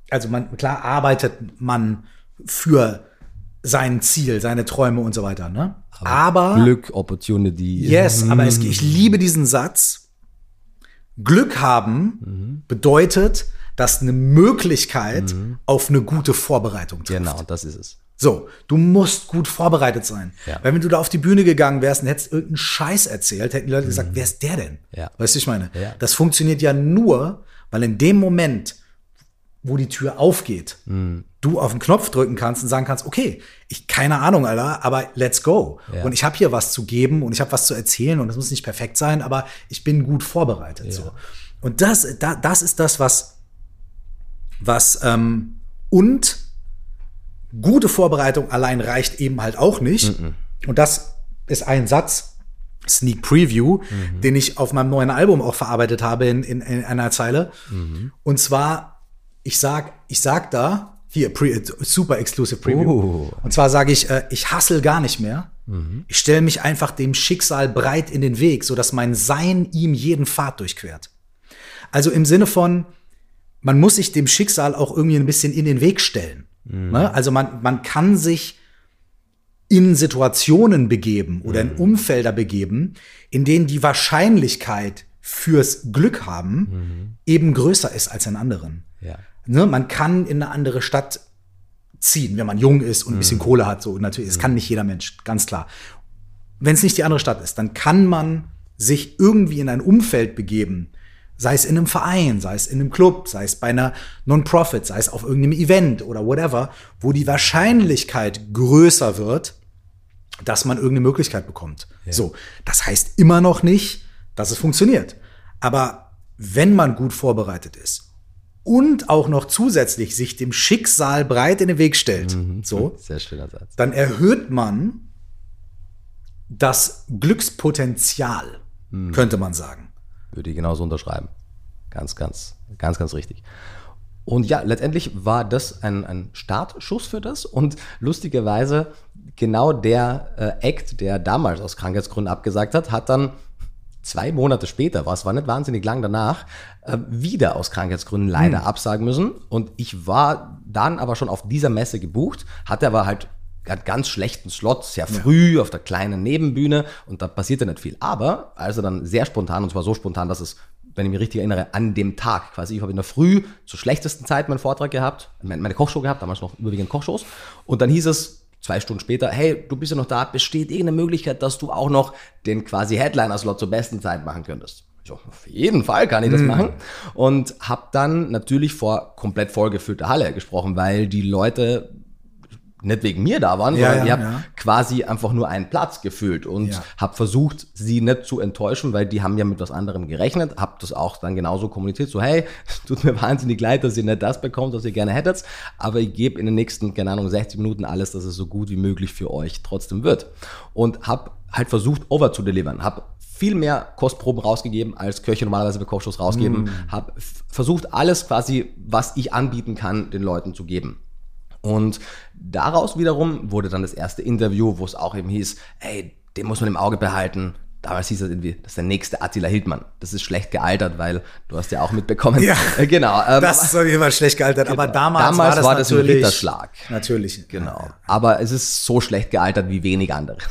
man für sein Ziel, seine Träume und so weiter, ne? Aber Glück, Opportunity. Yes, aber ich liebe diesen Satz. Glück haben bedeutet, dass eine Möglichkeit auf eine gute Vorbereitung trifft. Genau, das ist es. So, du musst gut vorbereitet sein. Ja. Weil wenn du da auf die Bühne gegangen wärst und hättest irgendeinen Scheiß erzählt, hätten die Leute gesagt, wer ist der denn? Ja. Weißt du, ich meine? Ja. Das funktioniert ja nur, weil in dem Moment, wo die Tür aufgeht, du auf den Knopf drücken kannst und sagen kannst, okay, keine Ahnung, Alter, aber let's go. Ja. Und ich habe hier was zu geben und ich habe was zu erzählen und es muss nicht perfekt sein, aber ich bin gut vorbereitet. Ja. So. Und das ist das, was und gute Vorbereitung allein reicht eben halt auch nicht. Und das ist ein Satz, Sneak Preview, den ich auf meinem neuen Album auch verarbeitet habe in einer Zeile. Und zwar, ich sag da, hier, super exclusive Preview. Und zwar sage ich, ich hustle gar nicht mehr. Ich stelle mich einfach dem Schicksal breit in den Weg, sodass mein Sein ihm jeden Pfad durchquert. Also im Sinne von, man muss sich dem Schicksal auch irgendwie ein bisschen in den Weg stellen. Ne? Also man kann sich in Situationen begeben oder in Umfelder begeben, in denen die Wahrscheinlichkeit fürs Glück haben eben größer ist als in anderen. Ja. Ne? Man kann in eine andere Stadt ziehen, wenn man jung ist und ein bisschen Kohle hat. So natürlich, das kann nicht jeder Mensch, ganz klar. Wenn es nicht die andere Stadt ist, dann kann man sich irgendwie in ein Umfeld begeben, sei es in einem Verein, sei es in einem Club, sei es bei einer Non-Profit, sei es auf irgendeinem Event oder whatever, wo die Wahrscheinlichkeit größer wird, dass man irgendeine Möglichkeit bekommt. Ja. So, das heißt immer noch nicht, dass es funktioniert. Aber wenn man gut vorbereitet ist und auch noch zusätzlich sich dem Schicksal breit in den Weg stellt, so, sehr schöner Satz, dann erhöht man das Glückspotenzial, könnte man sagen. Würde ich genauso unterschreiben. Ganz, ganz, ganz, ganz richtig. Und ja, letztendlich war das ein Startschuss für das und lustigerweise genau der Act, der damals aus Krankheitsgründen abgesagt hat dann 2 Monate später, war nicht wahnsinnig lang danach, wieder aus Krankheitsgründen leider absagen müssen. Und ich war dann aber schon auf dieser Messe gebucht, hatte aber halt einen ganz schlechten Slot, sehr früh auf der kleinen Nebenbühne und da passierte nicht viel. Aber also dann sehr spontan, und zwar so spontan, dass es wenn ich mich richtig erinnere, an dem Tag quasi. Ich habe in der Früh zur schlechtesten Zeit meinen Vortrag gehabt, meine Kochshow gehabt, damals noch überwiegend Kochshows. Und dann hieß es 2 Stunden später, hey, du bist ja noch da, besteht irgendeine Möglichkeit, dass du auch noch den quasi Headliner-Slot zur besten Zeit machen könntest? Ich so, auf jeden Fall kann ich das machen. Und habe dann natürlich vor komplett vollgefüllter Halle gesprochen, weil die Leute nicht wegen mir da waren, sondern ich habe quasi einfach nur einen Platz gefüllt und habe versucht, sie nicht zu enttäuschen, weil die haben ja mit was anderem gerechnet, habe das auch dann genauso kommuniziert, so hey, tut mir wahnsinnig leid, dass ihr nicht das bekommt, was ihr gerne hättet, aber ich gebe in den nächsten, 60 Minuten alles, dass es so gut wie möglich für euch trotzdem wird. Und habe halt versucht, over zu delivern, habe viel mehr Kostproben rausgegeben, als Köche normalerweise bei Kochshows rausgeben, habe versucht, alles quasi, was ich anbieten kann, den Leuten zu geben. Und daraus wiederum wurde dann das erste Interview, wo es auch eben hieß, ey, den muss man im Auge behalten. Damals hieß es irgendwie, das ist der nächste Attila Hildmann. Das ist schlecht gealtert, weil du hast ja auch mitbekommen. Ja, genau. Das ist auf jeden Fall schlecht gealtert, genau. Aber damals war das ein Ritterschlag. Natürlich. Genau. Ja. Aber es ist so schlecht gealtert wie wenig anderes.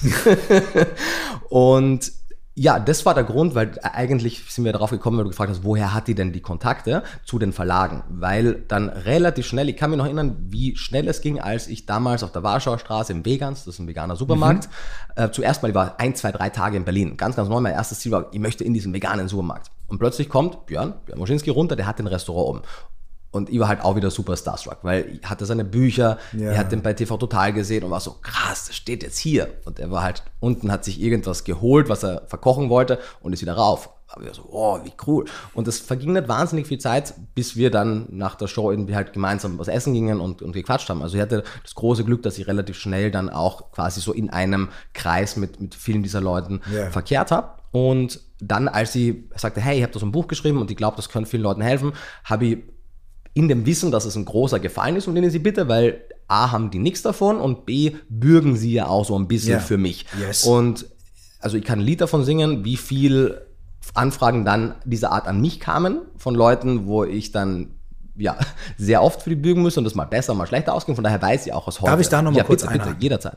Und ja, das war der Grund, weil eigentlich sind wir darauf gekommen, weil du gefragt hast, woher hat die denn die Kontakte zu den Verlagen? Weil dann relativ schnell, ich kann mich noch erinnern, wie schnell es ging, als ich damals auf der Warschauer Straße im Vegans, das ist ein veganer Supermarkt, zuerst mal, ich war 1, 2, 3 Tage in Berlin, ganz neu, mein erstes Ziel war, ich möchte in diesen veganen Supermarkt. Und plötzlich kommt Björn Moschinski runter, der hat den Restaurant oben. Und ich war halt auch wieder super starstruck, weil ich hatte seine Bücher, er hat den bei TV Total gesehen und war so, krass, das steht jetzt hier. Und er war halt unten, hat sich irgendwas geholt, was er verkochen wollte und ist wieder rauf. Aber ich so, oh, wie cool. Und es verging nicht wahnsinnig viel Zeit, bis wir dann nach der Show irgendwie halt gemeinsam was essen gingen und gequatscht haben. Also ich hatte das große Glück, dass ich relativ schnell dann auch quasi so in einem Kreis mit vielen dieser Leuten verkehrt habe. Und dann, als sie sagte, hey, ich habe da so ein Buch geschrieben und ich glaube, das könnte vielen Leuten helfen, habe ich in dem Wissen, dass es ein großer Gefallen ist, um den ich sie bitte, weil A, haben die nichts davon und B, bürgen sie ja auch so ein bisschen für mich. Yes. Und also ich kann ein Lied davon singen, wie viel Anfragen dann dieser Art an mich kamen von Leuten, wo ich dann sehr oft für die bürgen muss und das mal besser, mal schlechter ausging. Von daher weiß ich auch aus heute. Darf ich da nochmal kurz einhaken? Bitte, jederzeit.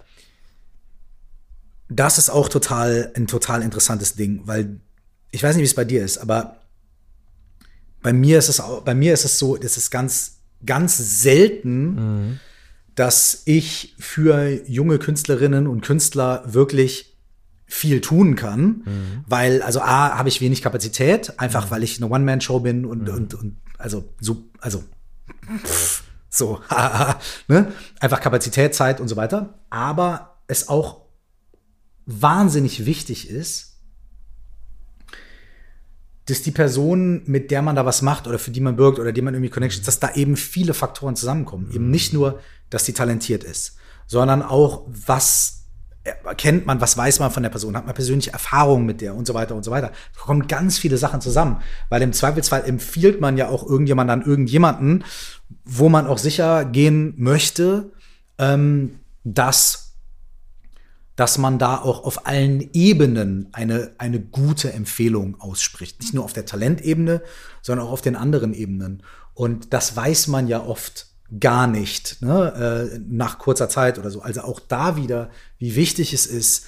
Das ist auch ein total interessantes Ding, weil ich weiß nicht, wie es bei dir ist, aber bei mir ist es so, es ist ganz selten, dass ich für junge Künstlerinnen und Künstler wirklich viel tun kann, weil, also A, habe ich wenig Kapazität, einfach weil ich eine One-Man-Show bin und ne? Einfach Kapazität, Zeit und so weiter, aber es auch wahnsinnig wichtig ist, dass die Person, mit der man da was macht oder für die man bürgt oder die man irgendwie Connections, dass da eben viele Faktoren zusammenkommen. Eben nicht nur, dass die talentiert ist, sondern auch, was kennt man, was weiß man von der Person, hat man persönliche Erfahrungen mit der und so weiter und so weiter. Da kommen ganz viele Sachen zusammen, weil im Zweifelsfall empfiehlt man ja auch irgendjemand an irgendjemanden, wo man auch sicher gehen möchte, dass man da auch auf allen Ebenen eine gute Empfehlung ausspricht. Nicht nur auf der Talentebene, sondern auch auf den anderen Ebenen. Und das weiß man ja oft gar nicht, ne? Nach kurzer Zeit oder so. Also auch da wieder, wie wichtig es ist,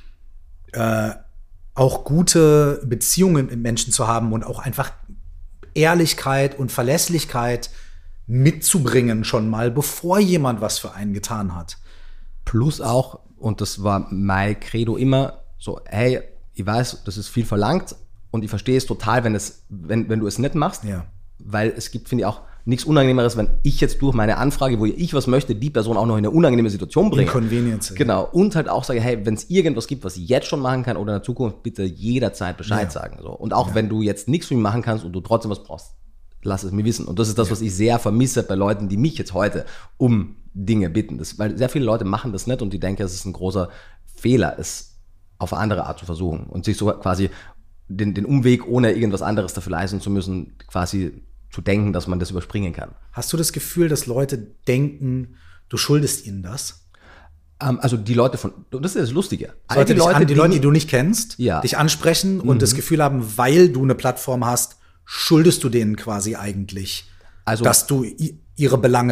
auch gute Beziehungen mit Menschen zu haben und auch einfach Ehrlichkeit und Verlässlichkeit mitzubringen schon mal, bevor jemand was für einen getan hat. Plus auch, und das war mein Credo immer, so, hey, ich weiß, das ist viel verlangt und ich verstehe es total, wenn du es nicht machst, weil es gibt, finde ich, auch nichts Unangenehmeres, wenn ich jetzt durch meine Anfrage, wo ich was möchte, die Person auch noch in eine unangenehme Situation bringe. Inconvenience. Genau. Und halt auch sage, hey, wenn es irgendwas gibt, was ich jetzt schon machen kann oder in der Zukunft, bitte jederzeit Bescheid sagen. So. Und auch wenn du jetzt nichts für mich machen kannst und du trotzdem was brauchst, lass es mir wissen. Und das ist das, was ich sehr vermisse bei Leuten, die mich jetzt heute um Dinge bitten. Weil sehr viele Leute machen das nicht und die denken, es ist ein großer Fehler, es auf eine andere Art zu versuchen und sich so quasi den Umweg, ohne irgendwas anderes dafür leisten zu müssen, quasi zu denken, dass man das überspringen kann. Hast du das Gefühl, dass Leute denken, du schuldest ihnen das? Also die Leute das ist das Lustige. Die Leute, die du nicht kennst, dich ansprechen und das Gefühl haben, weil du eine Plattform hast, schuldest du denen quasi eigentlich, dass du ihre Belange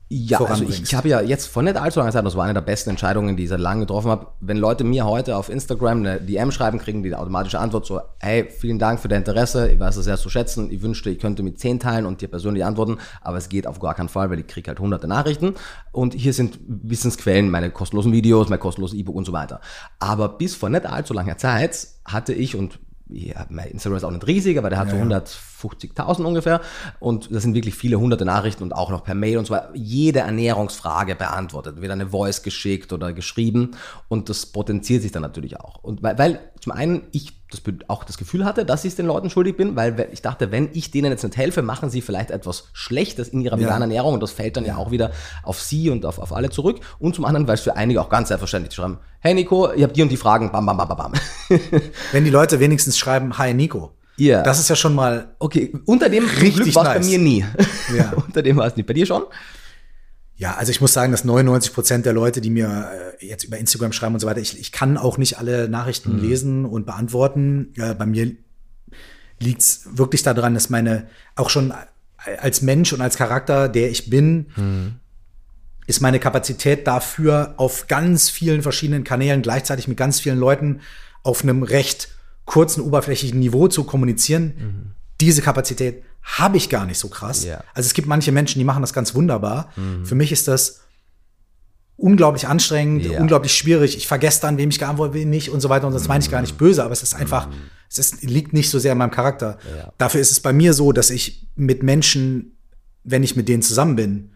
Ja, also ich habe ja jetzt vor nicht allzu langer Zeit, das war eine der besten Entscheidungen, die ich seit langem getroffen habe, wenn Leute mir heute auf Instagram eine DM schreiben, kriegen die automatische Antwort so, hey, vielen Dank für dein Interesse, ich weiß das sehr zu schätzen, ich wünschte, ich könnte mit 10 teilen und dir persönlich antworten, aber es geht auf gar keinen Fall, weil ich kriege halt hunderte Nachrichten und hier sind Wissensquellen, meine kostenlosen Videos, mein kostenloses E-Book und so weiter. Aber bis vor nicht allzu langer Zeit hatte ich, und ja, mein Instagram ist auch nicht riesig, aber der hat so 150.000 ungefähr und das sind wirklich viele hunderte Nachrichten und auch noch per Mail und so weiter. Jede Ernährungsfrage beantwortet, wird eine Voice geschickt oder geschrieben und das potenziert sich dann natürlich auch. Und weil zum einen ich auch das Gefühl hatte, dass ich es den Leuten schuldig bin, weil ich dachte, wenn ich denen jetzt nicht helfe, machen sie vielleicht etwas Schlechtes in ihrer veganen Ernährung und das fällt dann ja auch wieder auf sie und auf alle zurück. Und zum anderen, weil es für einige auch ganz selbstverständlich schreiben, hey Nico, ich habe die und die Fragen, bam, bam, bam, bam. Wenn die Leute wenigstens schreiben, hi Nico. Ja. Das ist ja schon mal okay. Unter dem richtig war es bei mir nie. Ja. Unter dem war es nicht. Bei dir schon? Ja, also ich muss sagen, dass 99% der Leute, die mir jetzt über Instagram schreiben und so weiter, ich kann auch nicht alle Nachrichten lesen und beantworten. Bei mir liegt's wirklich daran, dass auch schon als Mensch und als Charakter, der ich bin, ist meine Kapazität dafür, auf ganz vielen verschiedenen Kanälen gleichzeitig mit ganz vielen Leuten auf einem recht kurzen, oberflächlichen Niveau zu kommunizieren. Diese Kapazität habe ich gar nicht so krass. Ja. Also es gibt manche Menschen, die machen das ganz wunderbar. Für mich ist das unglaublich anstrengend, unglaublich schwierig. Ich vergesse dann, wem ich geantwortet will, nicht und so weiter. Und das meine ich gar nicht böse, aber es ist einfach, liegt nicht so sehr in meinem Charakter. Ja. Dafür ist es bei mir so, dass ich mit Menschen, wenn ich mit denen zusammen bin,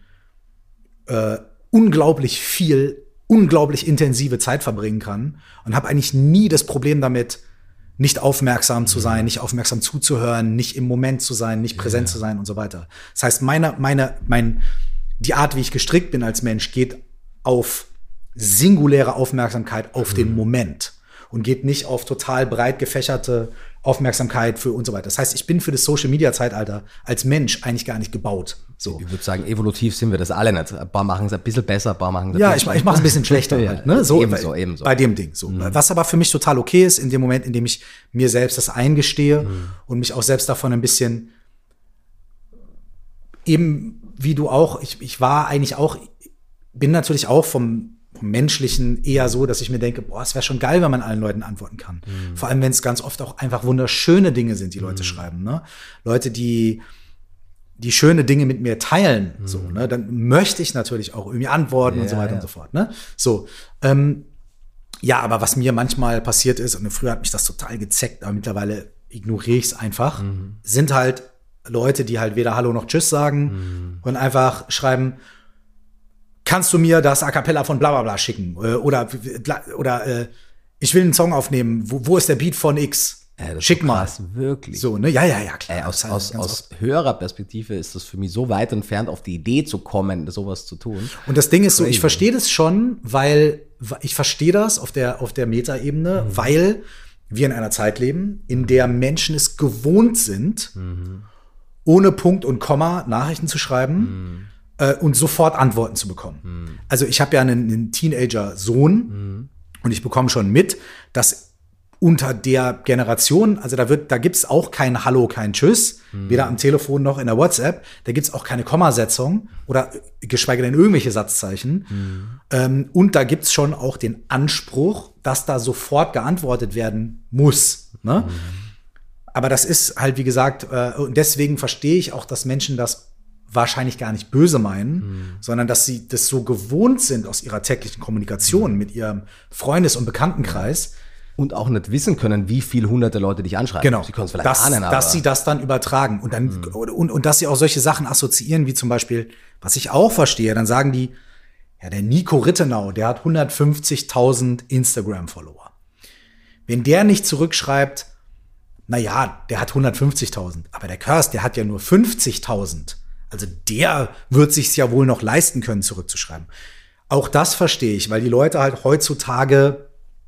unglaublich viel, unglaublich intensive Zeit verbringen kann und habe eigentlich nie das Problem damit, nicht aufmerksam zu sein, nicht aufmerksam zuzuhören, nicht im Moment zu sein, nicht präsent zu sein und so weiter. Das heißt, die Art, wie ich gestrickt bin als Mensch, geht auf singuläre Aufmerksamkeit auf den Moment und geht nicht auf total breit gefächerte Aufmerksamkeit für und so weiter. Das heißt, ich bin für das Social-Media-Zeitalter als Mensch eigentlich gar nicht gebaut. So. Ich würde sagen, evolutiv sind wir das alle nicht. Ein paar machen es ein bisschen besser, ein paar machen es ja, ich mache es ein bisschen schlechter. Halt, ne? So, ebenso. Bei dem Ding. So. Was aber für mich total okay ist, in dem Moment, in dem ich mir selbst das eingestehe und mich auch selbst davon ein bisschen eben, wie du auch, ich war eigentlich auch, bin natürlich auch vom Menschlichen eher so, dass ich mir denke, boah, es wäre schon geil, wenn man allen Leuten antworten kann. Vor allem, wenn es ganz oft auch einfach wunderschöne Dinge sind, die Leute schreiben. Ne? Leute, die schöne Dinge mit mir teilen, so, ne? Dann möchte ich natürlich auch irgendwie antworten und so weiter und so fort. Ne? So, ja, aber was mir manchmal passiert ist, und früher hat mich das total gezeckt, aber mittlerweile ignoriere ich es einfach, sind halt Leute, die halt weder Hallo noch Tschüss sagen und einfach schreiben, kannst du mir das A Cappella von bla bla bla schicken? Oder ich will einen Song aufnehmen, wo ist der Beat von X? Schick mal. Krass, wirklich. So, ne? Ja, klar. Aus höherer Perspektive ist das für mich so weit entfernt, auf die Idee zu kommen, sowas zu tun. Und das Ding ist so, ich verstehe das schon, weil ich verstehe das auf der Meta-Ebene, weil wir in einer Zeit leben, in der Menschen es gewohnt sind, ohne Punkt und Komma Nachrichten zu schreiben und sofort Antworten zu bekommen. Also ich habe ja einen Teenager-Sohn und ich bekomme schon mit, dass unter der Generation, also da gibt's auch kein Hallo, kein Tschüss, weder am Telefon noch in der WhatsApp, da gibt's auch keine Kommasetzung oder geschweige denn irgendwelche Satzzeichen. Und da gibt's schon auch den Anspruch, dass da sofort geantwortet werden muss. Ne? Aber das ist halt, wie gesagt, und deswegen verstehe ich auch, dass Menschen das wahrscheinlich gar nicht böse meinen, sondern dass sie das so gewohnt sind aus ihrer täglichen Kommunikation mit ihrem Freundes- und Bekanntenkreis. Und auch nicht wissen können, wie viele hunderte Leute dich anschreiben. Genau. Sie können es vielleicht ahnen, aber dass sie das dann übertragen und dann und dass sie auch solche Sachen assoziieren, wie zum Beispiel, was ich auch verstehe, dann sagen die, ja, der Nico Rittenau, der hat 150.000 Instagram-Follower. Wenn der nicht zurückschreibt, na ja, der hat 150.000, aber der Curse, der hat ja nur 50.000. Also der wird sich's ja wohl noch leisten können, zurückzuschreiben. Auch das verstehe ich, weil die Leute halt heutzutage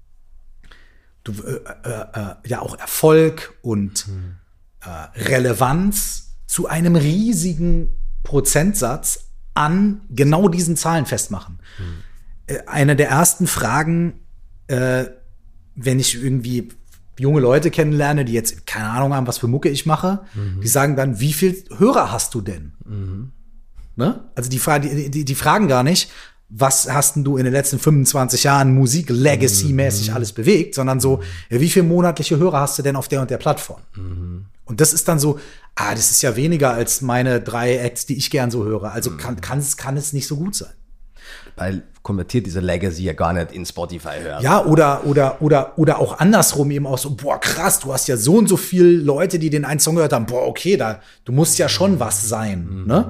ja auch Erfolg und Relevanz zu einem riesigen Prozentsatz an genau diesen Zahlen festmachen. Eine der ersten Fragen, wenn ich irgendwie junge Leute kennenlerne, die jetzt keine Ahnung haben, was für Mucke ich mache, die sagen dann, wie viel Hörer hast du denn? Ne? Also die fragen gar nicht, was hast denn du in den letzten 25 Jahren Musik-Legacy-mäßig alles bewegt, sondern so, ja, wie viele monatliche Hörer hast du denn auf der und der Plattform? Und das ist dann so, das ist ja weniger als meine 3 Acts, die ich gern so höre. Also kann es nicht so gut sein. Weil konvertiert diese Legacy ja gar nicht in Spotify hören. Ja, oder auch andersrum eben auch so, boah, krass, du hast ja so und so viele Leute, die den einen Song gehört haben, boah, okay, du musst ja schon was sein, ne?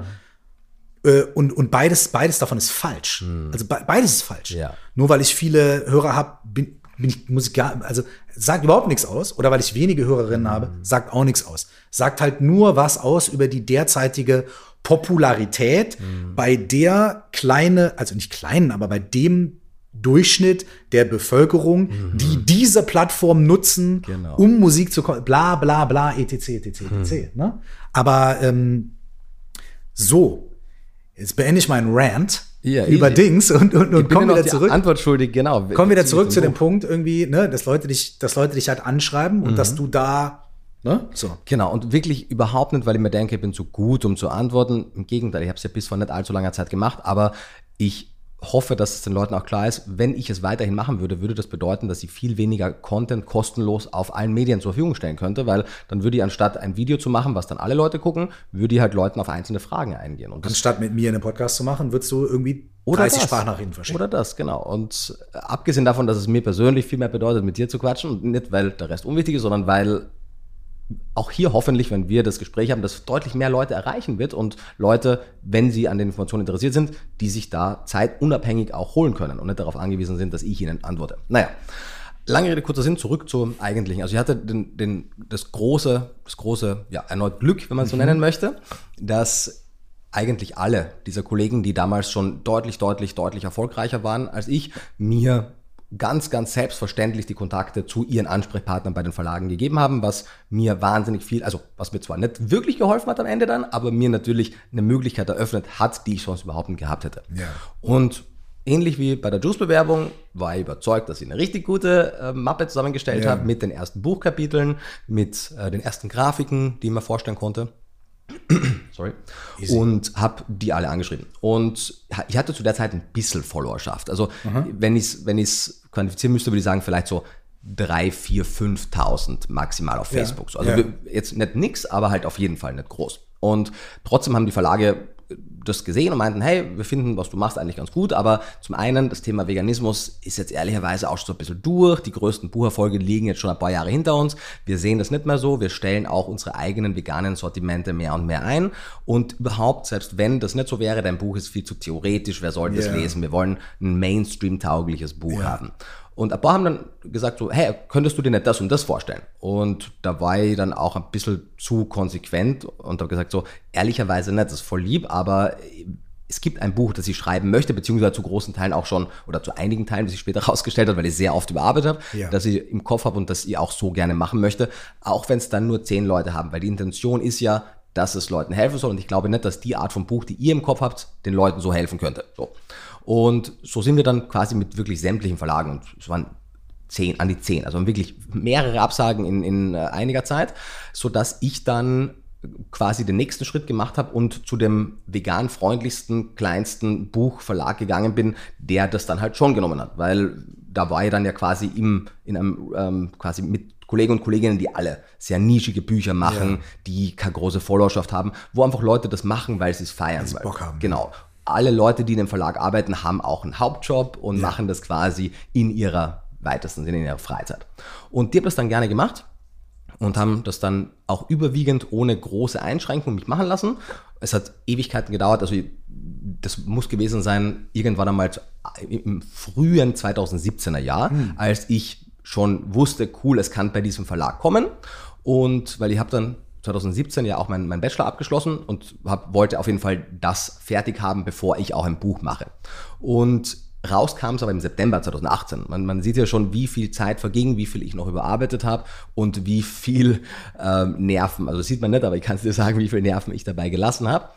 Und beides davon ist falsch. Also beides ist falsch. Ja. Nur weil ich viele Hörer habe, also sagt überhaupt nichts aus. Oder weil ich wenige Hörerinnen habe, sagt auch nichts aus. Sagt halt nur was aus über die derzeitige Popularität bei der also nicht kleinen, aber bei dem Durchschnitt der Bevölkerung, die diese Plattform nutzen, um Musik zu bla bla bla, etc. Ne? Aber so, jetzt beende ich meinen Rant über Dings und kommen wieder zurück. Antwort schuldig, genau. Kommen wieder zurück zu dem Punkt irgendwie, ne, dass Leute dich halt anschreiben und dass du da, ne, so. Genau, und wirklich überhaupt nicht, weil ich mir denke, ich bin zu gut, um zu antworten. Im Gegenteil, ich habe es ja bis vor nicht allzu langer Zeit gemacht, aber ich hoffe, dass es den Leuten auch klar ist, wenn ich es weiterhin machen würde, würde das bedeuten, dass ich viel weniger Content kostenlos auf allen Medien zur Verfügung stellen könnte, weil dann würde ich anstatt ein Video zu machen, was dann alle Leute gucken, würde ich halt Leuten auf einzelne Fragen eingehen. Und anstatt mit mir einen Podcast zu machen, würdest du irgendwie 30 Sprachnachrichten verschicken. Oder das, genau. Und abgesehen davon, dass es mir persönlich viel mehr bedeutet, mit dir zu quatschen, und nicht, weil der Rest unwichtig ist, sondern weil auch hier hoffentlich, wenn wir das Gespräch haben, das deutlich mehr Leute erreichen wird und Leute, wenn sie an den Informationen interessiert sind, die sich da zeitunabhängig auch holen können und nicht darauf angewiesen sind, dass ich ihnen antworte. Naja, lange Rede, kurzer Sinn, zurück zum Eigentlichen. Also ich hatte das große, ja, erneut Glück, wenn man es so nennen möchte, dass eigentlich alle dieser Kollegen, die damals schon deutlich erfolgreicher waren als ich, mir ganz selbstverständlich die Kontakte zu ihren Ansprechpartnern bei den Verlagen gegeben haben, was mir wahnsinnig viel, also was mir zwar nicht wirklich geholfen hat am Ende dann, aber mir natürlich eine Möglichkeit eröffnet hat, die ich sonst überhaupt nicht gehabt hätte. Ja. Und ähnlich wie bei der Juice-Bewerbung war ich überzeugt, dass ich eine richtig gute Mappe zusammengestellt habe mit den ersten Buchkapiteln, mit den ersten Grafiken, die ich mir vorstellen konnte. Sorry. Easy. Und habe die alle angeschrieben. Und ich hatte zu der Zeit ein bisschen Followerschaft. Also wenn ich es quantifizieren müsste, würde ich sagen, vielleicht so 3.000, 4.000, 5.000 maximal auf Facebook. Also jetzt nicht nix, aber halt auf jeden Fall nicht groß. Und trotzdem haben die Verlage das gesehen und meinten, hey, wir finden, was du machst, eigentlich ganz gut, aber zum einen, das Thema Veganismus ist jetzt ehrlicherweise auch schon so ein bisschen durch, die größten Bucherfolge liegen jetzt schon ein paar Jahre hinter uns, wir sehen das nicht mehr so, wir stellen auch unsere eigenen veganen Sortimente mehr und mehr ein und überhaupt, selbst wenn das nicht so wäre, dein Buch ist viel zu theoretisch, wer soll das lesen, wir wollen ein Mainstream-taugliches Buch haben. Und ein paar haben dann gesagt so, hey, könntest du dir nicht das und das vorstellen? Und da war ich dann auch ein bisschen zu konsequent und habe gesagt so, ehrlicherweise nicht, das ist voll lieb, aber es gibt ein Buch, das ich schreiben möchte, beziehungsweise zu großen Teilen auch schon, oder zu einigen Teilen, das ich später rausgestellt habe, weil ich sehr oft überarbeitet habe, das ich im Kopf habe und das ich auch so gerne machen möchte, auch wenn es dann nur 10 Leute haben, weil die Intention ist ja, dass es Leuten helfen soll und ich glaube nicht, dass die Art von Buch, die ihr im Kopf habt, den Leuten so helfen könnte. So. Und so sind wir dann quasi mit wirklich sämtlichen Verlagen, und es waren 10, an die 10, also wirklich mehrere Absagen in einiger Zeit, sodass ich dann quasi den nächsten Schritt gemacht habe und zu dem vegan freundlichsten, kleinsten Buchverlag gegangen bin, der das dann halt schon genommen hat, weil da war ich dann ja quasi in einem quasi mit Kollegen und Kolleginnen, die alle sehr nischige Bücher machen, die keine große Followerschaft haben, wo einfach Leute das machen, weil sie es feiern. Weil sie Bock haben. Genau. Alle Leute, die in dem Verlag arbeiten, haben auch einen Hauptjob und machen das quasi in ihrer weitesten Sinne, in ihrer Freizeit. Und die haben das dann gerne gemacht und haben das dann auch überwiegend ohne große Einschränkungen mich machen lassen. Es hat Ewigkeiten gedauert, also das muss gewesen sein, irgendwann einmal im frühen 2017er Jahr, als ich schon wusste, cool, es kann bei diesem Verlag kommen. Und weil ich habe dann 2017 ja auch mein Bachelor abgeschlossen und wollte auf jeden Fall das fertig haben, bevor ich auch ein Buch mache. Und raus kam es aber im September 2018. Man sieht ja schon, wie viel Zeit verging, wie viel ich noch überarbeitet habe und wie viel Nerven, also das sieht man nicht, aber ich kann es dir sagen, wie viel Nerven ich dabei gelassen habe.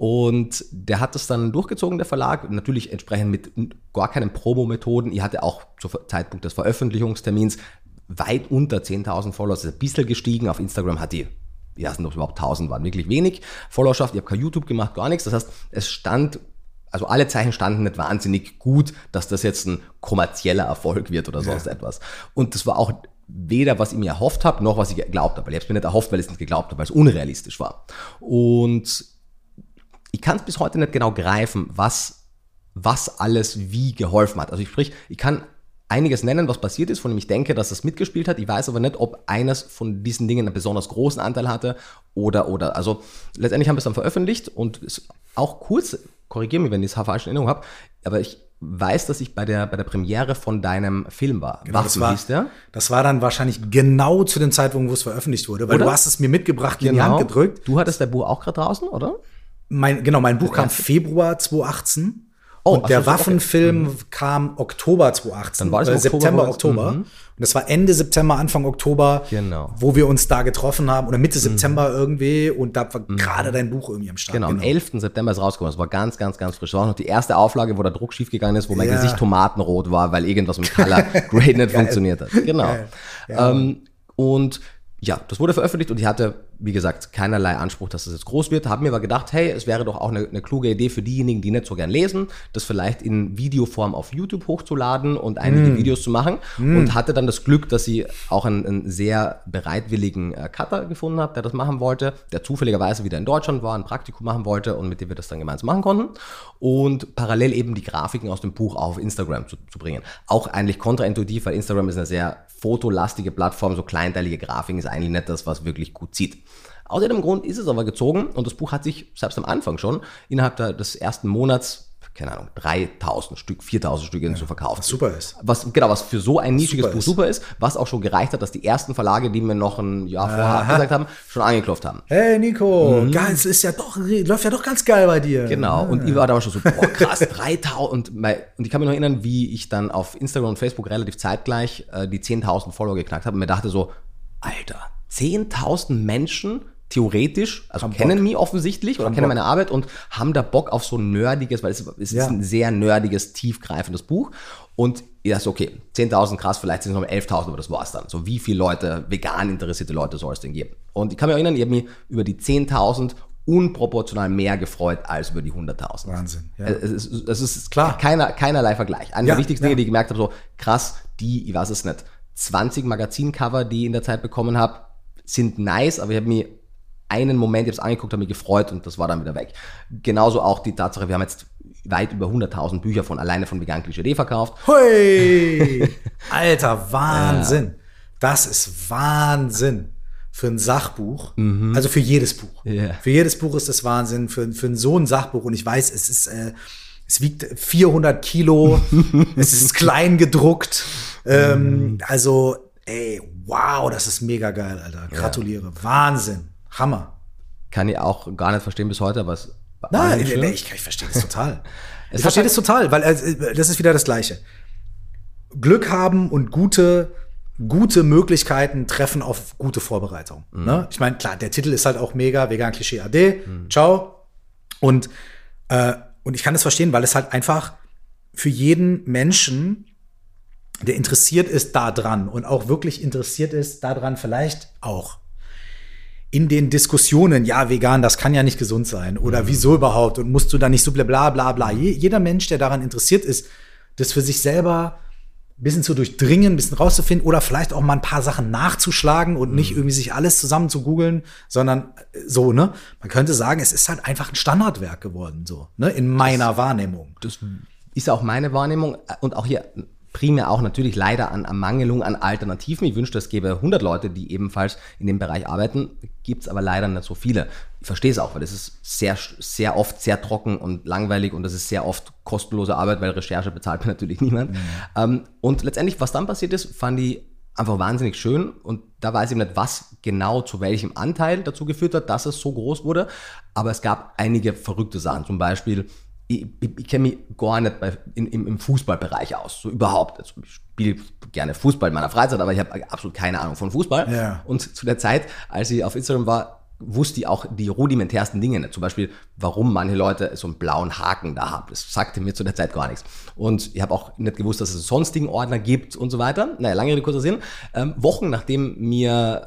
Und der hat das dann durchgezogen, der Verlag, natürlich entsprechend mit gar keinen Promo-Methoden. Ich hatte auch zum Zeitpunkt des Veröffentlichungstermins weit unter 10.000 Follower, also ein bisschen gestiegen. Auf Instagram hat die die ersten noch überhaupt 1000 waren wirklich wenig Followerschaft, ich habe kein YouTube gemacht, gar nichts. Das heißt, also alle Zeichen standen nicht wahnsinnig gut, dass das jetzt ein kommerzieller Erfolg wird oder sonst etwas. Und das war auch weder, was ich mir erhofft habe, noch was ich geglaubt habe. Weil ich habe es mir nicht erhofft, weil ich es nicht geglaubt habe, weil es unrealistisch war. Und ich kann es bis heute nicht genau greifen, was alles wie geholfen hat. Also ich kann einiges nennen, was passiert ist, von dem ich denke, dass das mitgespielt hat. Ich weiß aber nicht, ob eines von diesen Dingen einen besonders großen Anteil hatte oder. Also letztendlich haben wir es dann veröffentlicht und ist auch kurz, korrigiere mich, wenn ich es falsch in Erinnerung habe, aber ich weiß, dass ich bei der Premiere von deinem Film war. Genau, das war dann wahrscheinlich genau zu dem Zeitpunkt, wo es veröffentlicht wurde, weil du hast es mir mitgebracht, in die Hand gedrückt. Du hattest dein Buch auch gerade draußen, oder? Mein Buch kam Februar 2018. Und der Waffenfilm kam Oktober 2018, dann war das September, Oktober. Und das war Ende September, Anfang Oktober, wo wir uns da getroffen haben, oder Mitte September irgendwie, und da war gerade dein Buch irgendwie am Start. Genau, am 11. September ist rausgekommen. Das war ganz, ganz, ganz frisch. Das war auch noch die erste Auflage, wo der Druck schief gegangen ist, wo mein Gesicht tomatenrot war, weil irgendwas mit Color Grade nicht funktioniert hat. Genau. Und ja, das wurde veröffentlicht und ich hatte, wie gesagt, keinerlei Anspruch, dass das jetzt groß wird. Habe mir aber gedacht, hey, es wäre doch auch eine kluge Idee für diejenigen, die nicht so gern lesen, das vielleicht in Videoform auf YouTube hochzuladen und einige Videos zu machen. Und hatte dann das Glück, dass ich auch einen sehr bereitwilligen Cutter gefunden habe, der das machen wollte, der zufälligerweise wieder in Deutschland war, ein Praktikum machen wollte und mit dem wir das dann gemeinsam machen konnten. Und parallel eben die Grafiken aus dem Buch auch auf Instagram zu bringen. Auch eigentlich kontraintuitiv, weil Instagram ist eine sehr fotolastige Plattform, so kleinteilige Grafiken ist eigentlich nicht das, was wirklich gut zieht. Aus dem Grund ist es aber gezogen und das Buch hat sich selbst am Anfang schon innerhalb des ersten Monats, keine Ahnung, 3000 Stück, 4000 Stück so verkauft. Was super ist. Was für so ein nischiges Buch super ist, was auch schon gereicht hat, dass die ersten Verlage, die mir noch ein Jahr vorher abgesagt haben, schon angeklopft haben. Hey Nico, geil, es ist läuft ja doch ganz geil bei dir. Genau, und ich war damals schon so, boah krass, 3000. Und ich kann mich noch erinnern, wie ich dann auf Instagram und Facebook relativ zeitgleich die 10.000 Follower geknackt habe und mir dachte so, Alter, 10.000 Menschen theoretisch, also kennen mich offensichtlich oder kennen meine Arbeit und haben da Bock auf so ein nerdiges, weil es ist ein sehr nerdiges, tiefgreifendes Buch. Und ich dachte, okay, 10.000 krass, vielleicht sind es noch 11.000, aber das war's dann. So wie viele Leute, vegan interessierte Leute soll es denn geben? Und ich kann mich erinnern, ich habe mich über die 10.000 unproportional mehr gefreut als über die 100.000. Wahnsinn. Ja. Es ist klar. Keinerlei Vergleich. Eine der wichtigsten Dinge, die ich gemerkt habe, so krass, ich weiß es nicht, 20 Magazincover, die ich in der Zeit bekommen habe, sind nice, aber ich habe mich einen Moment, ich habe es angeguckt, habe mich gefreut und das war dann wieder weg. Genauso auch die Tatsache, wir haben jetzt weit über 100.000 Bücher alleine von Vegan Klischee verkauft. Hui! Alter, Wahnsinn. Das ist Wahnsinn. Für ein Sachbuch, also für jedes Buch. Yeah. Für jedes Buch ist das Wahnsinn, für so ein Sachbuch. Und ich weiß, es wiegt 400 Kilo, es ist klein gedruckt. Also, ey, wow, das ist mega geil, Alter. Gratuliere. Wahnsinn. Hammer. Kann ich auch gar nicht verstehen bis heute, aber es Nein, ich verstehe das total. Ich verstehe das total, weil das ist wieder das Gleiche. Glück haben und gute Möglichkeiten treffen auf gute Vorbereitung. Ne? Ich meine, klar, der Titel ist halt auch mega, Vegan Klischee AD, ciao. Und ich kann das verstehen, weil es halt einfach für jeden Menschen, der interessiert ist daran und auch wirklich interessiert ist daran, vielleicht auch in den Diskussionen, ja, vegan, das kann ja nicht gesund sein oder wieso überhaupt und musst du da nicht so bla bla bla. Jeder Mensch, der daran interessiert ist, das für sich selber ein bisschen zu durchdringen, ein bisschen rauszufinden oder vielleicht auch mal ein paar Sachen nachzuschlagen und nicht irgendwie sich alles zusammen zu googeln, sondern so, ne? Man könnte sagen, es ist halt einfach ein Standardwerk geworden, so, ne? In meiner Wahrnehmung. Das ist auch meine Wahrnehmung und auch hier primär auch natürlich leider an Ermangelung an Alternativen. Ich wünschte, es gäbe 100 Leute, die ebenfalls in dem Bereich arbeiten. Gibt es aber leider nicht so viele. Ich verstehe es auch, weil es ist sehr, sehr oft sehr trocken und langweilig und das ist sehr oft kostenlose Arbeit, weil Recherche bezahlt mir natürlich niemand. Und letztendlich, was dann passiert ist, fand ich einfach wahnsinnig schön und da weiß ich nicht, was genau zu welchem Anteil dazu geführt hat, dass es so groß wurde. Aber es gab einige verrückte Sachen. Zum Beispiel, ich kenne mich gar nicht im Fußballbereich aus, so überhaupt. Also ich spiele gerne Fußball in meiner Freizeit, aber ich habe absolut keine Ahnung von Fußball. Ja. Und zu der Zeit, als ich auf Instagram war, wusste ich auch die rudimentärsten Dinge nicht. Zum Beispiel, warum manche Leute so einen blauen Haken da haben. Das sagte mir zu der Zeit gar nichts. Und ich habe auch nicht gewusst, dass es einen sonstigen Ordner gibt und so weiter. Naja, lange Rede, kurzer Sinn. Wochen nachdem mir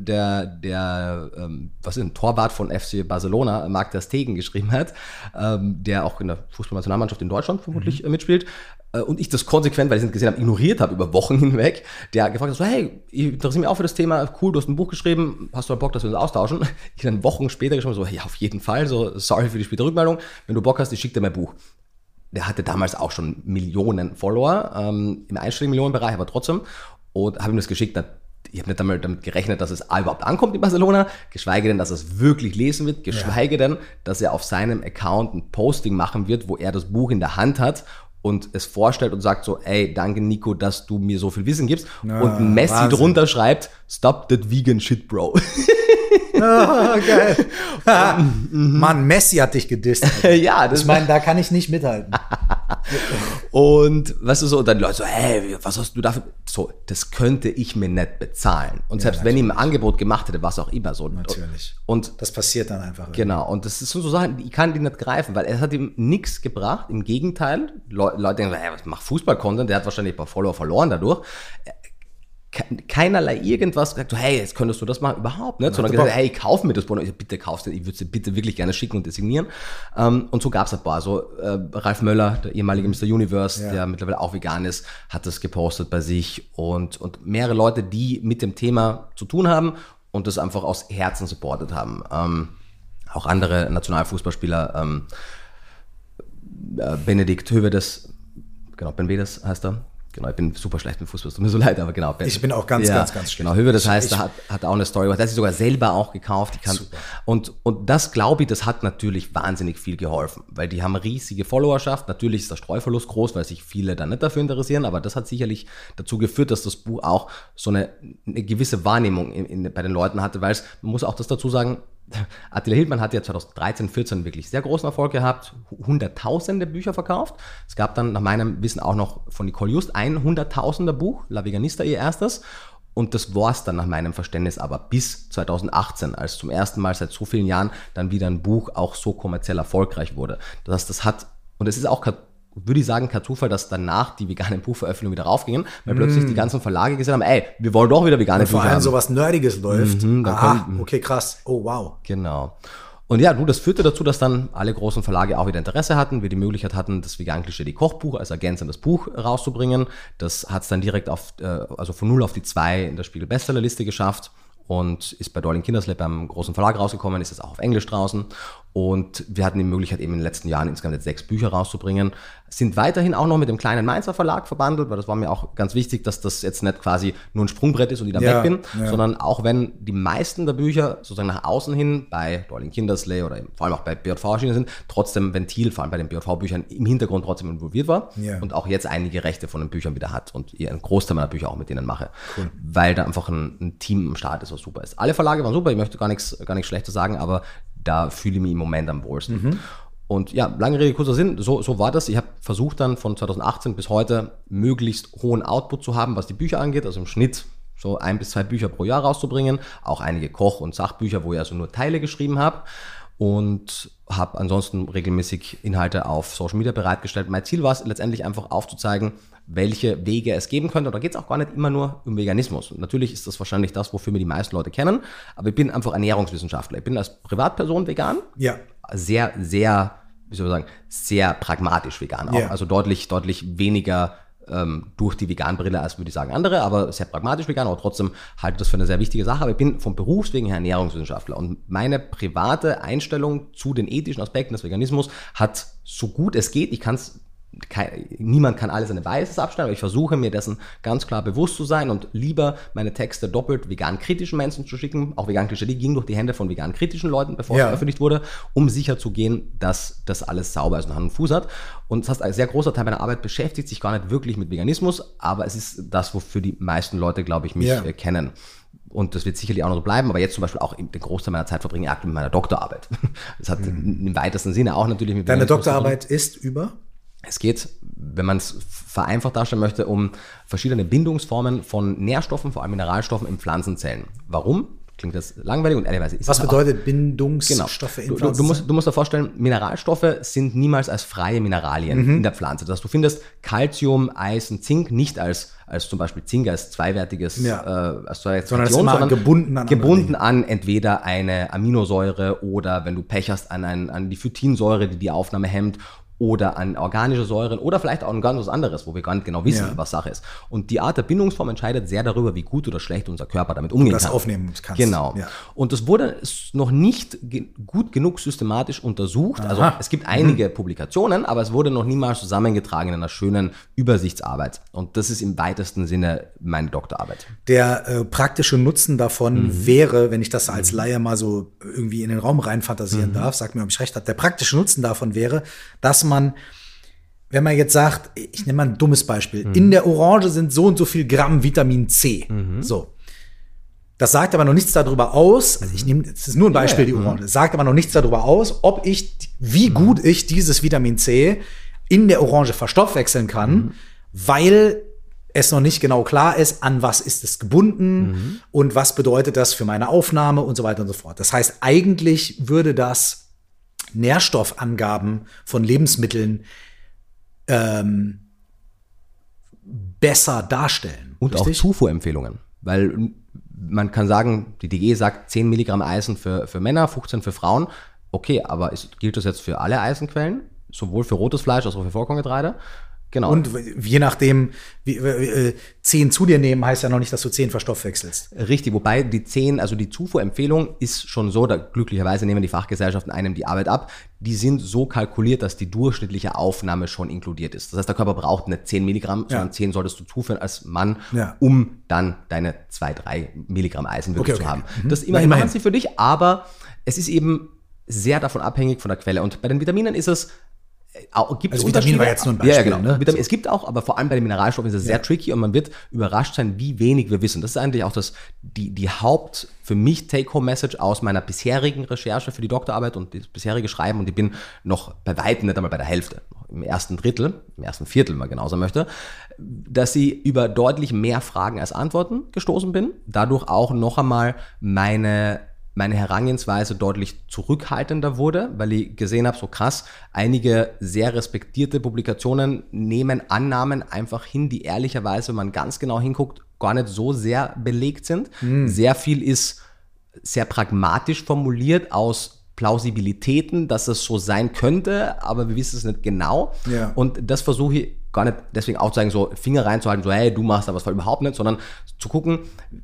ein Torwart von FC Barcelona, Marc ter Stegen, geschrieben hat, der auch in der Fußballnationalmannschaft in Deutschland vermutlich mitspielt, und ich das konsequent, weil ich es nicht gesehen habe, ignoriert habe über Wochen hinweg, der gefragt hat, so, hey, ich interessiere mich auch für das Thema, cool, du hast ein Buch geschrieben, hast du Bock, dass wir uns austauschen? Ich dann Wochen später geschrieben, so, ja, auf jeden Fall, so, sorry für die späte Rückmeldung, wenn du Bock hast, ich schicke dir mein Buch. Der hatte damals auch schon Millionen Follower, im einstelligen Millionenbereich, aber trotzdem, und habe ihm das geschickt. Ich habe nicht einmal damit gerechnet, dass es überhaupt ankommt in Barcelona, geschweige denn, dass er es wirklich lesen wird, geschweige denn, dass er auf seinem Account ein Posting machen wird, wo er das Buch in der Hand hat und es vorstellt und sagt so, ey, danke Nico, dass du mir so viel Wissen gibst. Und ein Messi Wahnsinn. Drunter schreibt, stop that vegan shit, bro. Geil. Mann, Messi hat dich gedisst. Ja, das ich meine, da kann ich nicht mithalten. Und weißt du so, und dann Leute so, hey, was hast du dafür? So, das könnte ich mir nicht bezahlen. Und selbst wenn ich ein Angebot gemacht hätte, war es auch immer so. Natürlich. Und das passiert dann einfach. Genau. Und das ist so Sachen, ich kann die nicht greifen, weil es hat ihm nichts gebracht. Im Gegenteil, Leute denken, hey, was macht Fußball-Content? Der hat wahrscheinlich ein paar Follower verloren dadurch. Keinerlei irgendwas gesagt, so, hey, jetzt könntest du das machen, überhaupt nicht, sondern gesagt, hey, kauf mir das Buch, bitte kaufst du, ich würde es dir bitte wirklich gerne schicken und designieren. Und so gab es ein paar, so Ralf Möller, der ehemalige Mr. Universe, der mittlerweile auch vegan ist, hat das gepostet bei sich und mehrere Leute, die mit dem Thema zu tun haben und das einfach aus Herzen supportet haben. Auch andere Nationalfußballspieler, Benedikt Hövedes, genau, Ben Vedes heißt er. Genau, ich bin super schlecht mit Fußball, es tut mir so leid, aber genau. Ich bin auch ganz schlecht. Genau, Höwe, das heißt, er hat auch eine Story, der hat sich sogar selber auch gekauft. Und das, glaube ich, das hat natürlich wahnsinnig viel geholfen, weil die haben riesige Followerschaft. Natürlich ist der Streuverlust groß, weil sich viele dann nicht dafür interessieren, aber das hat sicherlich dazu geführt, dass das Buch auch so eine gewisse Wahrnehmung bei den Leuten hatte, weil man muss auch das dazu sagen, Attila Hildmann hat ja 2013, 14 wirklich sehr großen Erfolg gehabt, hunderttausende Bücher verkauft. Es gab dann nach meinem Wissen auch noch von Nicole Just ein hunderttausender Buch, La Veganista ihr erstes. Und das war es dann nach meinem Verständnis aber bis 2018, als zum ersten Mal seit so vielen Jahren dann wieder ein Buch auch so kommerziell erfolgreich wurde. Das heißt, das hat, und es ist auch, würde ich sagen, kein Zufall, dass danach die veganen Buchveröffentlichungen wieder raufgingen, weil plötzlich die ganzen Verlage gesagt haben, ey, wir wollen doch wieder vegane Bücher haben. Vor allem sowas Nerdiges läuft. Okay, krass. Oh, wow. Genau. Und ja, das führte dazu, dass dann alle großen Verlage auch wieder Interesse hatten, wir die Möglichkeit hatten, das Vegan-Klischee, die Kochbuch als ergänzendes Buch rauszubringen. Das hat es dann direkt also von 0 auf die 2 in der Spiegel-Bestsellerliste geschafft und ist bei Dorling Kindersley beim großen Verlag rausgekommen, ist jetzt auch auf Englisch draußen. Und wir hatten die Möglichkeit, eben in den letzten Jahren insgesamt jetzt 6 Bücher rauszubringen. Sind weiterhin auch noch mit dem kleinen Mainzer Verlag verbandelt, weil das war mir auch ganz wichtig, dass das jetzt nicht quasi nur ein Sprungbrett ist und ich dann weg bin, sondern auch wenn die meisten der Bücher sozusagen nach außen hin bei Dorling Kindersley oder vor allem auch bei BJV erschienen sind, trotzdem Ventil, vor allem bei den BJV-Büchern, im Hintergrund trotzdem involviert war und auch jetzt einige Rechte von den Büchern wieder hat und ihr einen Großteil meiner Bücher auch mit denen mache, weil da einfach ein Team am Start ist, was super ist. Alle Verlage waren super, ich möchte gar nichts Schlechtes sagen, aber da fühle ich mich im Moment am wohlsten. Und ja, lange Rede, kurzer Sinn, so war das. Ich habe versucht dann von 2018 bis heute möglichst hohen Output zu haben, was die Bücher angeht, also im Schnitt so 1 bis 2 Bücher pro Jahr rauszubringen, auch einige Koch- und Sachbücher, wo ich also nur Teile geschrieben habe und habe ansonsten regelmäßig Inhalte auf Social Media bereitgestellt. Mein Ziel war es letztendlich einfach aufzuzeigen, welche Wege es geben könnte. Und da geht es auch gar nicht immer nur um Veganismus. Und natürlich ist das wahrscheinlich das, wofür mir die meisten Leute kennen. Aber ich bin einfach Ernährungswissenschaftler. Ich bin als Privatperson vegan. Ja. Sehr, sehr, wie soll ich sagen, sehr pragmatisch vegan auch. Ja. Also deutlich weniger durch die Vegan-Brille als, würde ich sagen, andere, aber sehr pragmatisch vegan, aber trotzdem halte ich das für eine sehr wichtige Sache. Aber ich bin vom Berufswegen her Ernährungswissenschaftler und meine private Einstellung zu den ethischen Aspekten des Veganismus hat, so gut es geht, niemand kann alles an Biases abstellen, aber ich versuche mir dessen ganz klar bewusst zu sein und lieber meine Texte doppelt vegan-kritischen Menschen zu schicken. Auch Vegan-Klischee ging durch die Hände von vegan-kritischen Leuten, bevor es veröffentlicht wurde, um sicher zu gehen, dass das alles sauber ist und Hand und Fuß hat. Und das heißt, ein sehr großer Teil meiner Arbeit beschäftigt sich gar nicht wirklich mit Veganismus, aber es ist das, wofür die meisten Leute, glaube ich, mich kennen. Und das wird sicherlich auch noch so bleiben, aber jetzt zum Beispiel auch den Großteil meiner Zeit verbringe ich mit meiner Doktorarbeit. Das hat im weitesten Sinne auch natürlich mit Deine Doktorarbeit ist über? Es geht, wenn man es vereinfacht darstellen möchte, um verschiedene Bindungsformen von Nährstoffen, vor allem Mineralstoffen in Pflanzenzellen. Warum? klingt das langweilig und ehrlicherweise ist Was das bedeutet Bindungsstoffe in Pflanzen? Du musst dir vorstellen, Mineralstoffe sind niemals als freie Mineralien in der Pflanze. Das heißt, du findest Calcium, Eisen, Zink nicht als zum Beispiel Zink als zweiwertiges sondern immer gebunden an entweder eine Aminosäure oder, wenn du Pech hast, an die Phytinsäure, die Aufnahme hemmt, oder an organische Säuren oder vielleicht auch an ganz was anderes, wo wir gar nicht genau wissen, was Sache ist. Und die Art der Bindungsform entscheidet sehr darüber, wie gut oder schlecht unser Körper damit umgehen kann. Du das aufnehmen kannst. Genau. Ja. Und das wurde noch nicht gut genug systematisch untersucht. Aha. Also es gibt einige Publikationen, aber es wurde noch niemals zusammengetragen in einer schönen Übersichtsarbeit. Und das ist im weitesten Sinne meine Doktorarbeit. Der praktische Nutzen davon wäre, wenn ich das als Laie mal so irgendwie in den Raum reinfantasieren darf, sag mir, ob ich recht habe, der praktische Nutzen davon wäre, dass man, wenn man jetzt sagt, ich nehme mal ein dummes Beispiel, in der Orange sind so und so viel Gramm Vitamin C. So. Das sagt aber noch nichts darüber aus, also das ist nur ein Beispiel, die Orange, sagt aber noch nichts darüber aus, wie gut ich dieses Vitamin C in der Orange verstoffwechseln kann, weil es noch nicht genau klar ist, an was ist es gebunden und was bedeutet das für meine Aufnahme und so weiter und so fort. Das heißt, eigentlich würde das Nährstoffangaben von Lebensmitteln besser darstellen. Und richtig? Auch Zufuhrempfehlungen. Weil man kann sagen, die DGE sagt 10 Milligramm Eisen für Männer, 15 für Frauen. Okay, aber gilt das jetzt für alle Eisenquellen? Sowohl für rotes Fleisch als auch für Vollkorngetreide? Genau. Und je nachdem, 10 zu dir nehmen, heißt ja noch nicht, dass du 10 verstoffwechselst. Richtig, wobei die 10, also die Zufuhrempfehlung ist schon so, da glücklicherweise nehmen die Fachgesellschaften einem die Arbeit ab, die sind so kalkuliert, dass die durchschnittliche Aufnahme schon inkludiert ist. Das heißt, der Körper braucht nicht 10 Milligramm, sondern 10 solltest du zuführen als Mann, um dann deine 2-3 Milligramm Eisen wirklich zu haben. Das immerhin machen sie für dich, aber es ist eben sehr davon abhängig von der Quelle. Und bei den Vitaminen ist es gibt es Vitamin war jetzt nur ein Beispiel. Ja, genau. Ne? Es gibt auch, aber vor allem bei den Mineralstoffen ist es sehr tricky und man wird überrascht sein, wie wenig wir wissen. Das ist eigentlich auch die Haupt, für mich, Take-Home-Message aus meiner bisherigen Recherche für die Doktorarbeit und das bisherige Schreiben. Und ich bin noch bei weitem nicht einmal bei der Hälfte, im ersten Viertel, wenn man genau sagen möchte, dass ich über deutlich mehr Fragen als Antworten gestoßen bin. Dadurch auch noch einmal meine Herangehensweise deutlich zurückhaltender wurde, weil ich gesehen habe, so krass, einige sehr respektierte Publikationen nehmen Annahmen einfach hin, die ehrlicherweise, wenn man ganz genau hinguckt, gar nicht so sehr belegt sind. Sehr viel ist sehr pragmatisch formuliert aus Plausibilitäten, dass es so sein könnte, aber wir wissen es nicht genau. Ja. Und das versuche ich gar nicht deswegen aufzuzeigen, so Finger reinzuhalten, so hey, du machst da was überhaupt nicht, sondern zu gucken,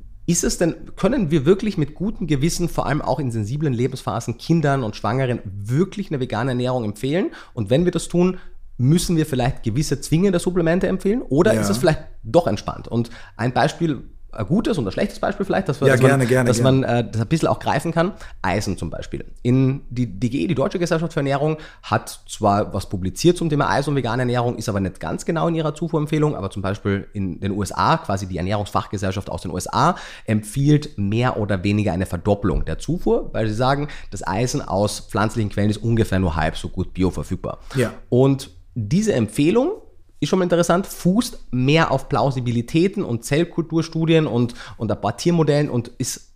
können wir wirklich mit gutem Gewissen, vor allem auch in sensiblen Lebensphasen, Kindern und Schwangeren wirklich eine vegane Ernährung empfehlen? Und wenn wir das tun, müssen wir vielleicht gewisse zwingende Supplemente empfehlen? Oder ist es vielleicht doch entspannt? Und ein Beispiel, ein gutes und ein schlechtes Beispiel vielleicht, dass man das ein bisschen auch greifen kann. Eisen zum Beispiel. Die DGE, die Deutsche Gesellschaft für Ernährung, hat zwar was publiziert zum Thema Eisen und vegane Ernährung, ist aber nicht ganz genau in ihrer Zufuhrempfehlung, aber zum Beispiel in den USA, quasi die Ernährungsfachgesellschaft aus den USA, empfiehlt mehr oder weniger eine Verdopplung der Zufuhr, weil sie sagen, das Eisen aus pflanzlichen Quellen ist ungefähr nur halb so gut bioverfügbar. Ja. Und diese Empfehlung ist schon mal interessant, fußt mehr auf Plausibilitäten und Zellkulturstudien und ein paar Tiermodellen und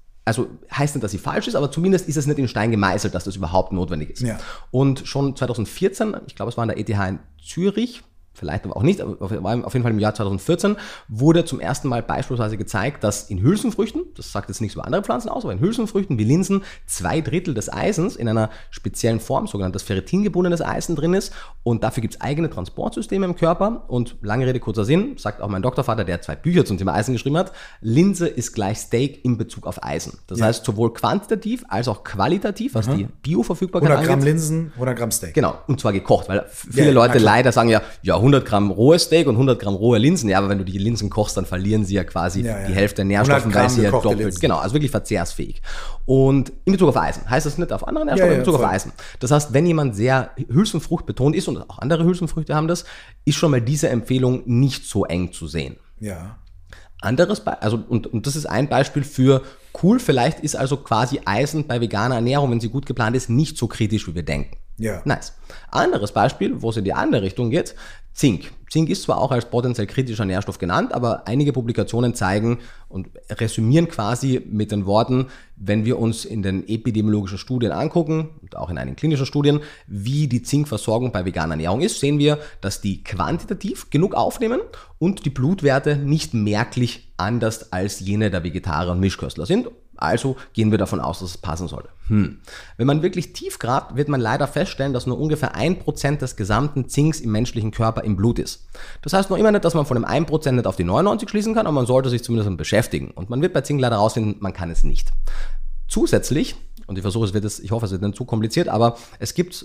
heißt nicht, dass sie falsch ist, aber zumindest ist es nicht in Stein gemeißelt, dass das überhaupt notwendig ist. Ja. Und schon 2014, ich glaube, es war an der ETH in Zürich, vielleicht aber auch nicht, aber auf jeden Fall im Jahr 2014, wurde zum ersten Mal beispielsweise gezeigt, dass in Hülsenfrüchten, das sagt jetzt nichts über andere Pflanzen aus, aber in Hülsenfrüchten wie Linsen 2/3 des Eisens in einer speziellen Form, sogenanntes ferritingebundenes Eisen drin ist und dafür gibt es eigene Transportsysteme im Körper und lange Rede, kurzer Sinn, sagt auch mein Doktorvater, der 2 Bücher zum Thema Eisen geschrieben hat, Linse ist gleich Steak in Bezug auf Eisen. Das heißt, sowohl quantitativ als auch qualitativ, was die Bioverfügbarkeit 100 Gramm Linsen, 100 Gramm Steak. Genau, und zwar gekocht, weil viele Leute leider sagen ja 100 Gramm rohes Steak und 100 Gramm rohe Linsen. Ja, aber wenn du die Linsen kochst, dann verlieren sie ja quasi die Hälfte der Nährstoffe, weil sie ja doppelt, Linsen. Genau, also wirklich verzehrsfähig. Und in Bezug auf Eisen. Heißt das nicht auf andere Nährstoffe, in Bezug auf Eisen. Das heißt, wenn jemand sehr Hülsenfrucht betont ist, und auch andere Hülsenfrüchte haben das, ist schon mal diese Empfehlung nicht so eng zu sehen. Ja. Anderes und das ist ein Beispiel für cool, vielleicht ist also quasi Eisen bei veganer Ernährung, wenn sie gut geplant ist, nicht so kritisch, wie wir denken. Ja. Nice. Anderes Beispiel, wo es in die andere Richtung geht, Zink. Zink ist zwar auch als potenziell kritischer Nährstoff genannt, aber einige Publikationen zeigen und resümieren quasi mit den Worten, wenn wir uns in den epidemiologischen Studien angucken und auch in einigen klinischen Studien, wie die Zinkversorgung bei veganer Ernährung ist, sehen wir, dass die quantitativ genug aufnehmen und die Blutwerte nicht merklich anders als jene der Vegetarier und Mischköstler sind. Also gehen wir davon aus, dass es passen sollte. Wenn man wirklich tief grabt, wird man leider feststellen, dass nur ungefähr 1% des gesamten Zinks im menschlichen Körper im Blut ist. Das heißt noch immer nicht, dass man von dem 1% nicht auf die 99 schließen kann, aber man sollte sich zumindest damit beschäftigen. Und man wird bei Zink leider herausfinden, man kann es nicht. Zusätzlich, und ich hoffe, es wird nicht zu kompliziert, aber es gibt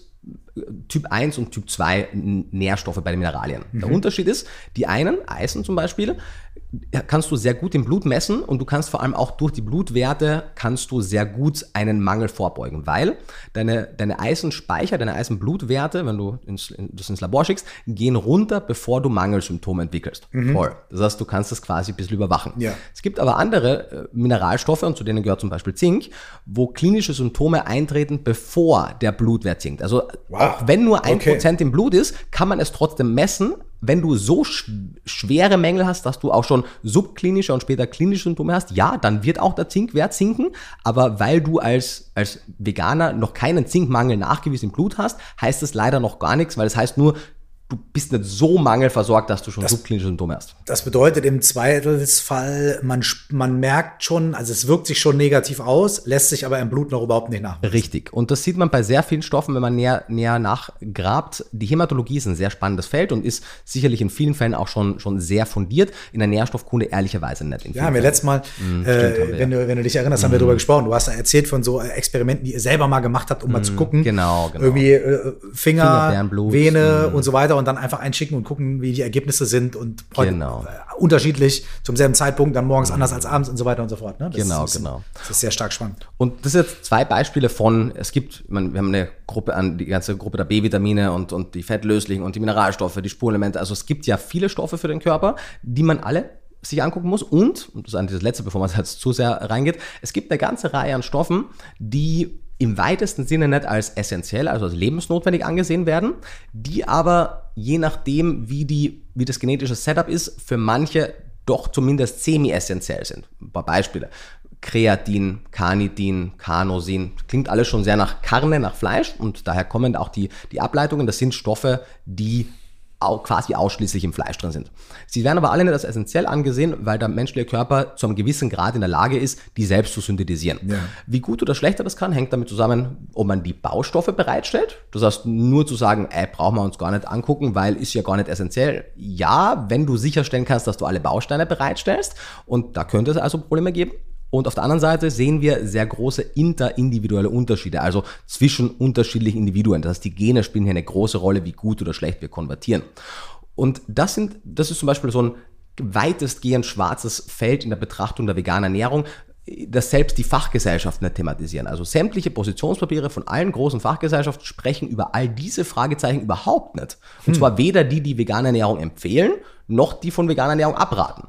Typ 1 und Typ 2 Nährstoffe bei den Mineralien. Der Unterschied ist, die einen, Eisen zum Beispiel, kannst du sehr gut im Blut messen und du kannst vor allem auch durch die Blutwerte kannst du sehr gut einen Mangel vorbeugen, weil deine Eisenspeicher, deine Eisenblutwerte, wenn du das ins Labor schickst, gehen runter, bevor du Mangelsymptome entwickelst. Toll. Das heißt, du kannst das quasi ein bisschen überwachen. Ja. Es gibt aber andere Mineralstoffe, und zu denen gehört zum Beispiel Zink, wo klinische Symptome eintreten, bevor der Blutwert sinkt. Also auch wenn nur 1% im Blut ist, kann man es trotzdem messen. Wenn du so schwere Mängel hast, dass du auch schon subklinische und später klinische Symptome hast, ja, dann wird auch der Zinkwert sinken. Aber weil du als Veganer noch keinen Zinkmangel nachgewiesen im Blut hast, heißt es leider noch gar nichts, weil es heißt nur, du bist nicht so mangelversorgt, dass du schon subklinische Symptome hast. Das bedeutet im Zweifelsfall, man merkt schon, also es wirkt sich schon negativ aus, lässt sich aber im Blut noch überhaupt nicht nachweisen. Richtig. Und das sieht man bei sehr vielen Stoffen, wenn man näher nachgrabt. Die Hämatologie ist ein sehr spannendes Feld und ist sicherlich in vielen Fällen auch schon sehr fundiert. In der Nährstoffkunde ehrlicherweise nicht. Ja, haben wir letztes Mal, wenn du dich erinnerst, haben wir darüber gesprochen. Du hast erzählt von so Experimenten, die ihr selber mal gemacht habt, um mal zu gucken. Genau. Irgendwie Finger, Vene und so weiter und dann einfach einschicken und gucken, wie die Ergebnisse sind und unterschiedlich zum selben Zeitpunkt, dann morgens anders als abends und so weiter und so fort. Ne? Das ist sehr stark spannend. Und das sind jetzt 2 Beispiele von, wir haben eine Gruppe die ganze Gruppe der B-Vitamine und die fettlöslichen und die Mineralstoffe, die Spurenelemente. Also es gibt ja viele Stoffe für den Körper, die man alle sich angucken muss und das ist eigentlich das Letzte, bevor man jetzt zu sehr reingeht, es gibt eine ganze Reihe an Stoffen, die im weitesten Sinne nicht als essentiell, also als lebensnotwendig angesehen werden, die aber je nachdem, wie das genetische Setup ist, für manche doch zumindest semi-essentiell sind. Ein paar Beispiele. Kreatin, Carnitin, Carnosin, klingt alles schon sehr nach Carne, nach Fleisch und daher kommen auch die Ableitungen. Das sind Stoffe, die auch quasi ausschließlich im Fleisch drin sind. Sie werden aber alle nicht als essentiell angesehen, weil der menschliche Körper zu einem gewissen Grad in der Lage ist, die selbst zu synthetisieren. Ja. Wie gut oder schlechter das kann, hängt damit zusammen, ob man die Baustoffe bereitstellt. Das heißt, nur zu sagen, brauchen wir uns gar nicht angucken, weil ist ja gar nicht essentiell. Ja, wenn du sicherstellen kannst, dass du alle Bausteine bereitstellst und da könnte es also Probleme geben. Und auf der anderen Seite sehen wir sehr große interindividuelle Unterschiede, also zwischen unterschiedlichen Individuen. Das heißt, die Gene spielen hier eine große Rolle, wie gut oder schlecht wir konvertieren. Und das ist zum Beispiel so ein weitestgehend schwarzes Feld in der Betrachtung der veganen Ernährung, das selbst die Fachgesellschaften nicht thematisieren. Also sämtliche Positionspapiere von allen großen Fachgesellschaften sprechen über all diese Fragezeichen überhaupt nicht. Und zwar weder die vegane Ernährung empfehlen, noch die von veganer Ernährung abraten.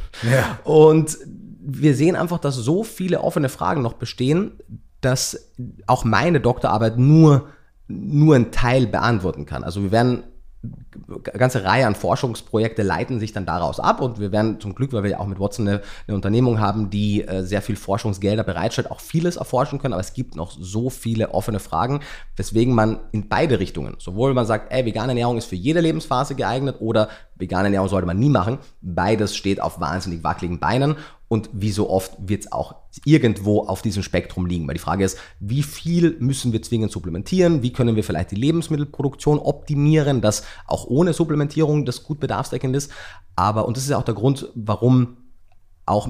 Ja. Und wir sehen einfach, dass so viele offene Fragen noch bestehen, dass auch meine Doktorarbeit nur einen Teil beantworten kann. Also wir werden eine ganze Reihe an Forschungsprojekte leiten sich dann daraus ab und wir werden zum Glück, weil wir ja auch mit Watson eine Unternehmung haben, die sehr viel Forschungsgelder bereitstellt, auch vieles erforschen können, aber es gibt noch so viele offene Fragen, weswegen man in beide Richtungen, sowohl man sagt, vegane Ernährung ist für jede Lebensphase geeignet oder vegane Ernährung sollte man nie machen, beides steht auf wahnsinnig wackeligen Beinen. Und wie so oft wird es auch irgendwo auf diesem Spektrum liegen. Weil die Frage ist, wie viel müssen wir zwingend supplementieren? Wie können wir vielleicht die Lebensmittelproduktion optimieren, dass auch ohne Supplementierung das gut bedarfsdeckend ist? Und das ist ja auch der Grund, warum auch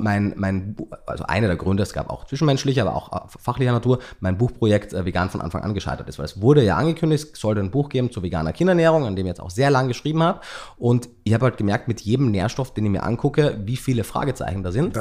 also einer der Gründe, es gab auch zwischenmenschliche, aber auch fachlicher Natur, mein Buchprojekt vegan von Anfang an gescheitert ist. Weil es wurde ja angekündigt, es sollte ein Buch geben zur veganer Kinderernährung, an dem ich jetzt auch sehr lange geschrieben habe. Und ich habe halt gemerkt, mit jedem Nährstoff, den ich mir angucke, wie viele Fragezeichen da sind.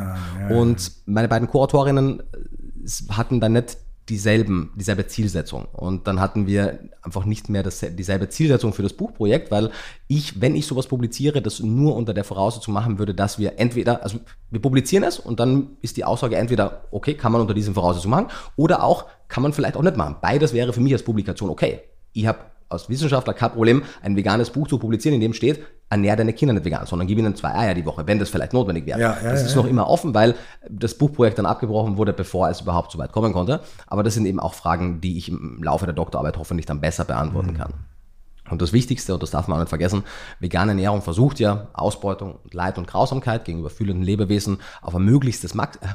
Und meine beiden Co-Autorinnen hatten dann nicht dieselbe Zielsetzung. Und dann hatten wir einfach nicht mehr dieselbe Zielsetzung für das Buchprojekt, weil wenn ich sowas publiziere, das nur unter der Voraussetzung machen würde, dass wir wir publizieren es und dann ist die Aussage entweder, okay, kann man unter diesen Voraussetzungen machen oder auch, kann man vielleicht auch nicht machen. Beides wäre für mich als Publikation okay. Ich habe als Wissenschaftler kein Problem, ein veganes Buch zu publizieren, in dem steht, ernähr deine Kinder nicht vegan, sondern gib ihnen 2 Eier die Woche, wenn das vielleicht notwendig wäre. Das ist noch immer offen, weil das Buchprojekt dann abgebrochen wurde, bevor es überhaupt so weit kommen konnte. Aber das sind eben auch Fragen, die ich im Laufe der Doktorarbeit hoffentlich dann besser beantworten kann. Und das Wichtigste, und das darf man auch nicht vergessen, vegane Ernährung versucht ja, Ausbeutung, Leid und Grausamkeit gegenüber fühlenden Lebewesen auf ein möglichstes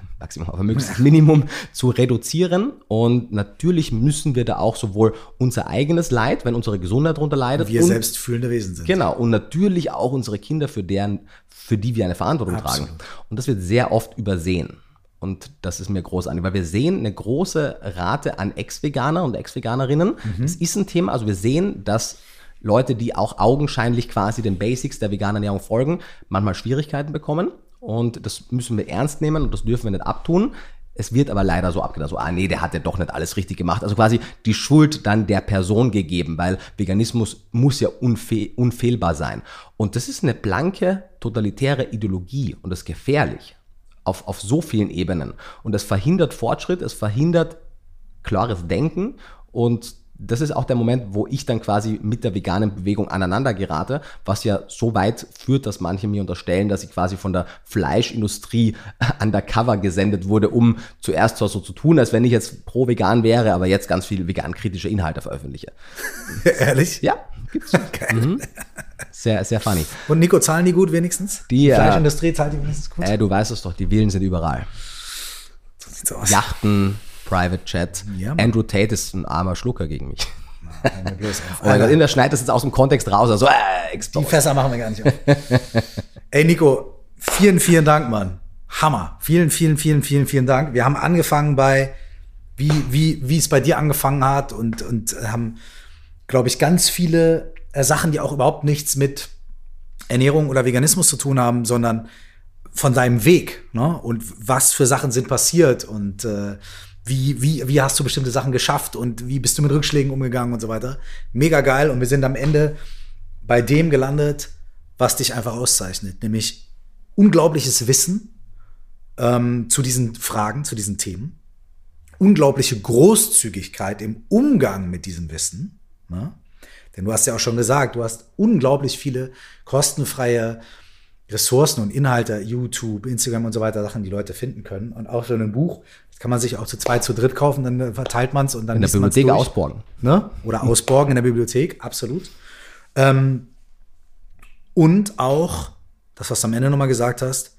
Minimum zu reduzieren. Und natürlich müssen wir da auch sowohl unser eigenes Leid, wenn unsere Gesundheit darunter leidet. Wir selbst fühlende Wesen sind. Genau, und natürlich auch unsere Kinder, für die wir eine Verantwortung tragen. Und das wird sehr oft übersehen. Und das ist mir großartig, weil wir sehen eine große Rate an Ex-Veganer und Ex-Veganerinnen. Das ist ein Thema, also wir sehen, dass Leute, die auch augenscheinlich quasi den Basics der veganen Ernährung folgen, manchmal Schwierigkeiten bekommen. Und das müssen wir ernst nehmen und das dürfen wir nicht abtun. Es wird aber leider so abgetan, der hat ja doch nicht alles richtig gemacht. Also quasi die Schuld dann der Person gegeben, weil Veganismus muss ja unfehlbar sein. Und das ist eine blanke, totalitäre Ideologie und das ist gefährlich auf so vielen Ebenen. Und das verhindert Fortschritt, es verhindert klares Denken und das ist auch der Moment, wo ich dann quasi mit der veganen Bewegung aneinander gerate, was ja so weit führt, dass manche mir unterstellen, dass ich quasi von der Fleischindustrie undercover gesendet wurde, um zuerst zwar so zu tun, als wenn ich jetzt pro vegan wäre, aber jetzt ganz viel vegan-kritische Inhalte veröffentliche. Ehrlich? Ja, gibt's. Okay. Sehr, sehr funny. Und Nico, zahlen die gut wenigstens? Die Fleischindustrie zahlt die wenigstens gut? Du weißt es doch, die Villen sind überall. So sieht's aus. Yachten, Private Chat. Ja, Andrew Tate ist ein armer Schlucker gegen mich. In der schneidet das jetzt aus dem Kontext raus. Also, die Fässer machen wir gar nicht auf. Ey, Nico, vielen, vielen Dank, Mann. Hammer. Vielen, vielen, vielen, vielen, vielen Dank. Wir haben angefangen bei, wie es bei dir angefangen hat und haben, glaube ich, ganz viele Sachen, die auch überhaupt nichts mit Ernährung oder Veganismus zu tun haben, sondern von deinem Weg, ne? Und was für Sachen sind passiert und wie hast du bestimmte Sachen geschafft und wie bist du mit Rückschlägen umgegangen und so weiter. Mega geil und wir sind am Ende bei dem gelandet, was dich einfach auszeichnet, nämlich unglaubliches Wissen zu diesen Fragen, zu diesen Themen, unglaubliche Großzügigkeit im Umgang mit diesem Wissen, ne? Denn du hast ja auch schon gesagt, du hast unglaublich viele kostenfreie Ressourcen und Inhalte, YouTube, Instagram und so weiter, Sachen, die Leute finden können. Und auch so ein Buch, das kann man sich auch zu 2, zu 3 kaufen, dann verteilt man es und dann in der Bibliothek ausborgen. Ne? Oder ausborgen in der Bibliothek, absolut. Und auch, das, was du am Ende nochmal gesagt hast,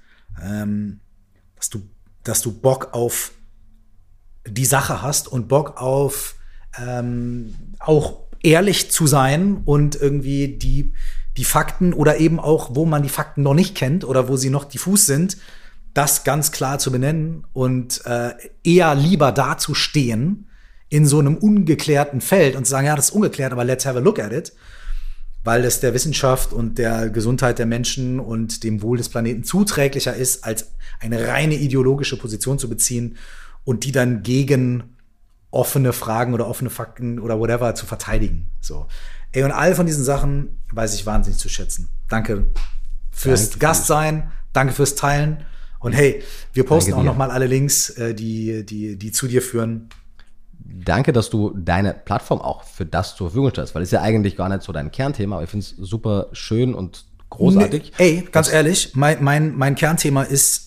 dass du Bock auf die Sache hast und Bock auf auch ehrlich zu sein und irgendwie die Fakten oder eben auch, wo man die Fakten noch nicht kennt oder wo sie noch diffus sind, das ganz klar zu benennen und eher lieber dazustehen in so einem ungeklärten Feld und zu sagen, ja, das ist ungeklärt, aber let's have a look at it, weil es der Wissenschaft und der Gesundheit der Menschen und dem Wohl des Planeten zuträglicher ist, als eine reine ideologische Position zu beziehen und die dann gegen offene Fragen oder offene Fakten oder whatever zu verteidigen. So. Ey, und all von diesen Sachen weiß ich wahnsinnig zu schätzen. Danke fürs Gastsein, danke fürs Teilen. Und hey, wir posten auch nochmal alle Links, die zu dir führen. Danke, dass du deine Plattform auch für das zur Verfügung stellst, weil es ja eigentlich gar nicht so dein Kernthema, aber ich finde es super schön und großartig. Ey, ganz ehrlich, mein Kernthema ist,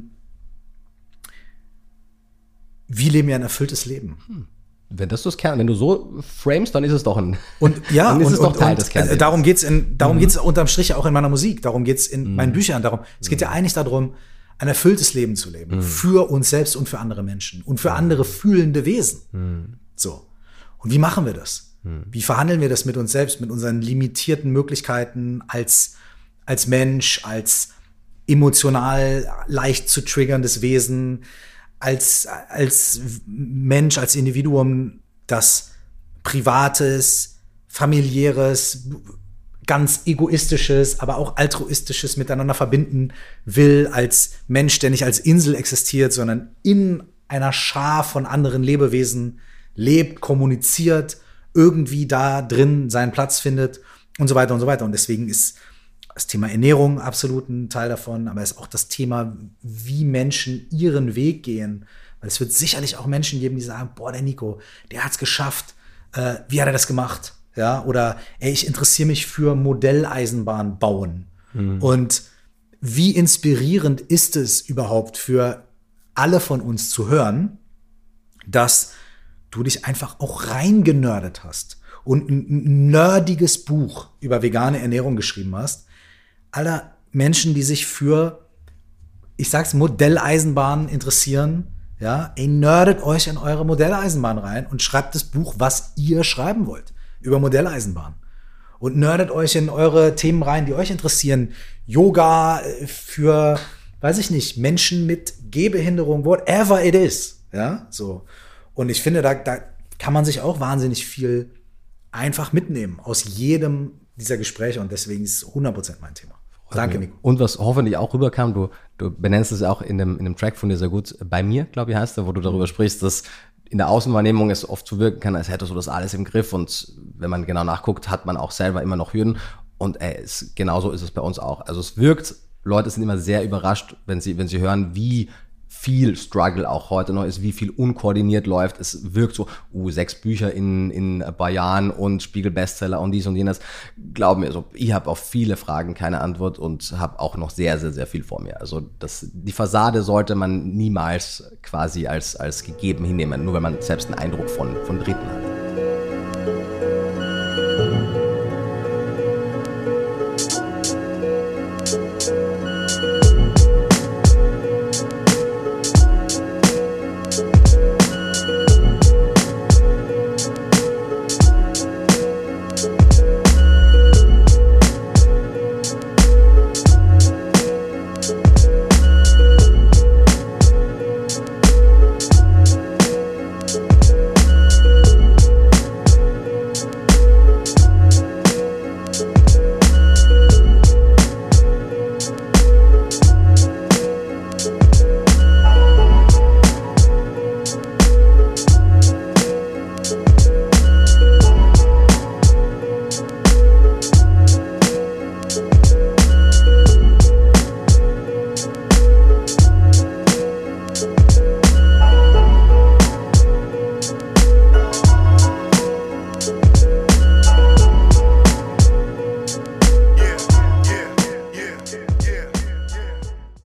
wie leben wir ein erfülltes Leben? Wenn du so framest, dann ist es doch Teil des Kernthemas. Darum geht's unterm Strich auch in meiner Musik, darum geht's in meinen Büchern, es geht ja eigentlich darum, ein erfülltes Leben zu leben. Für uns selbst und für andere Menschen und für andere fühlende Wesen. So. Und wie machen wir das? Wie verhandeln wir das mit uns selbst, mit unseren limitierten Möglichkeiten als Mensch, als emotional leicht zu triggerndes Wesen, als Mensch, als Individuum, das Privates, Familiäres, ganz Egoistisches, aber auch Altruistisches miteinander verbinden will, als Mensch, der nicht als Insel existiert, sondern in einer Schar von anderen Lebewesen lebt, kommuniziert, irgendwie da drin seinen Platz findet und so weiter und so weiter. Und deswegen ist das Thema Ernährung absolut ein Teil davon, aber es ist auch das Thema, wie Menschen ihren Weg gehen. Weil es wird sicherlich auch Menschen geben, die sagen, boah, der Nico, der hat's geschafft. Wie hat er das gemacht? ja, oder ey, ich interessiere mich für Modelleisenbahn bauen. Und wie inspirierend ist es überhaupt für alle von uns zu hören, dass du dich einfach auch reingenördet hast und ein nerdiges Buch über vegane Ernährung geschrieben hast. Aller Menschen, die sich für, ich sag's, Modelleisenbahnen interessieren, ja, ey, nerdet euch in eure Modelleisenbahn rein und schreibt das Buch, was ihr schreiben wollt über Modelleisenbahn. Und nerdet euch in eure Themen rein, die euch interessieren. Yoga für, weiß ich nicht, Menschen mit Gehbehinderung, whatever it is. Ja, so. Und ich finde, da kann man sich auch wahnsinnig viel einfach mitnehmen aus jedem dieser Gespräche. Und deswegen ist es 100% mein Thema. Danke, Nico. Und was hoffentlich auch rüberkam, du benennst es auch in dem Track von dir sehr gut, bei mir, glaube ich, heißt der, wo du darüber sprichst, dass in der Außenwahrnehmung es oft so wirken kann, als hättest du das alles im Griff, und wenn man genau nachguckt, hat man auch selber immer noch Hürden, und genauso ist es bei uns auch. Also es wirkt, Leute sind immer sehr überrascht, wenn sie hören, wie viel Struggle auch heute noch ist, wie viel unkoordiniert läuft. Es wirkt so, 6 Bücher in ein paar Jahren und Spiegel-Bestseller und dies und jenes. Glaub mir, also ich habe auf viele Fragen keine Antwort und habe auch noch sehr, sehr, sehr viel vor mir. Also die Fassade sollte man niemals quasi als gegeben hinnehmen, nur wenn man selbst einen Eindruck von Dritten hat.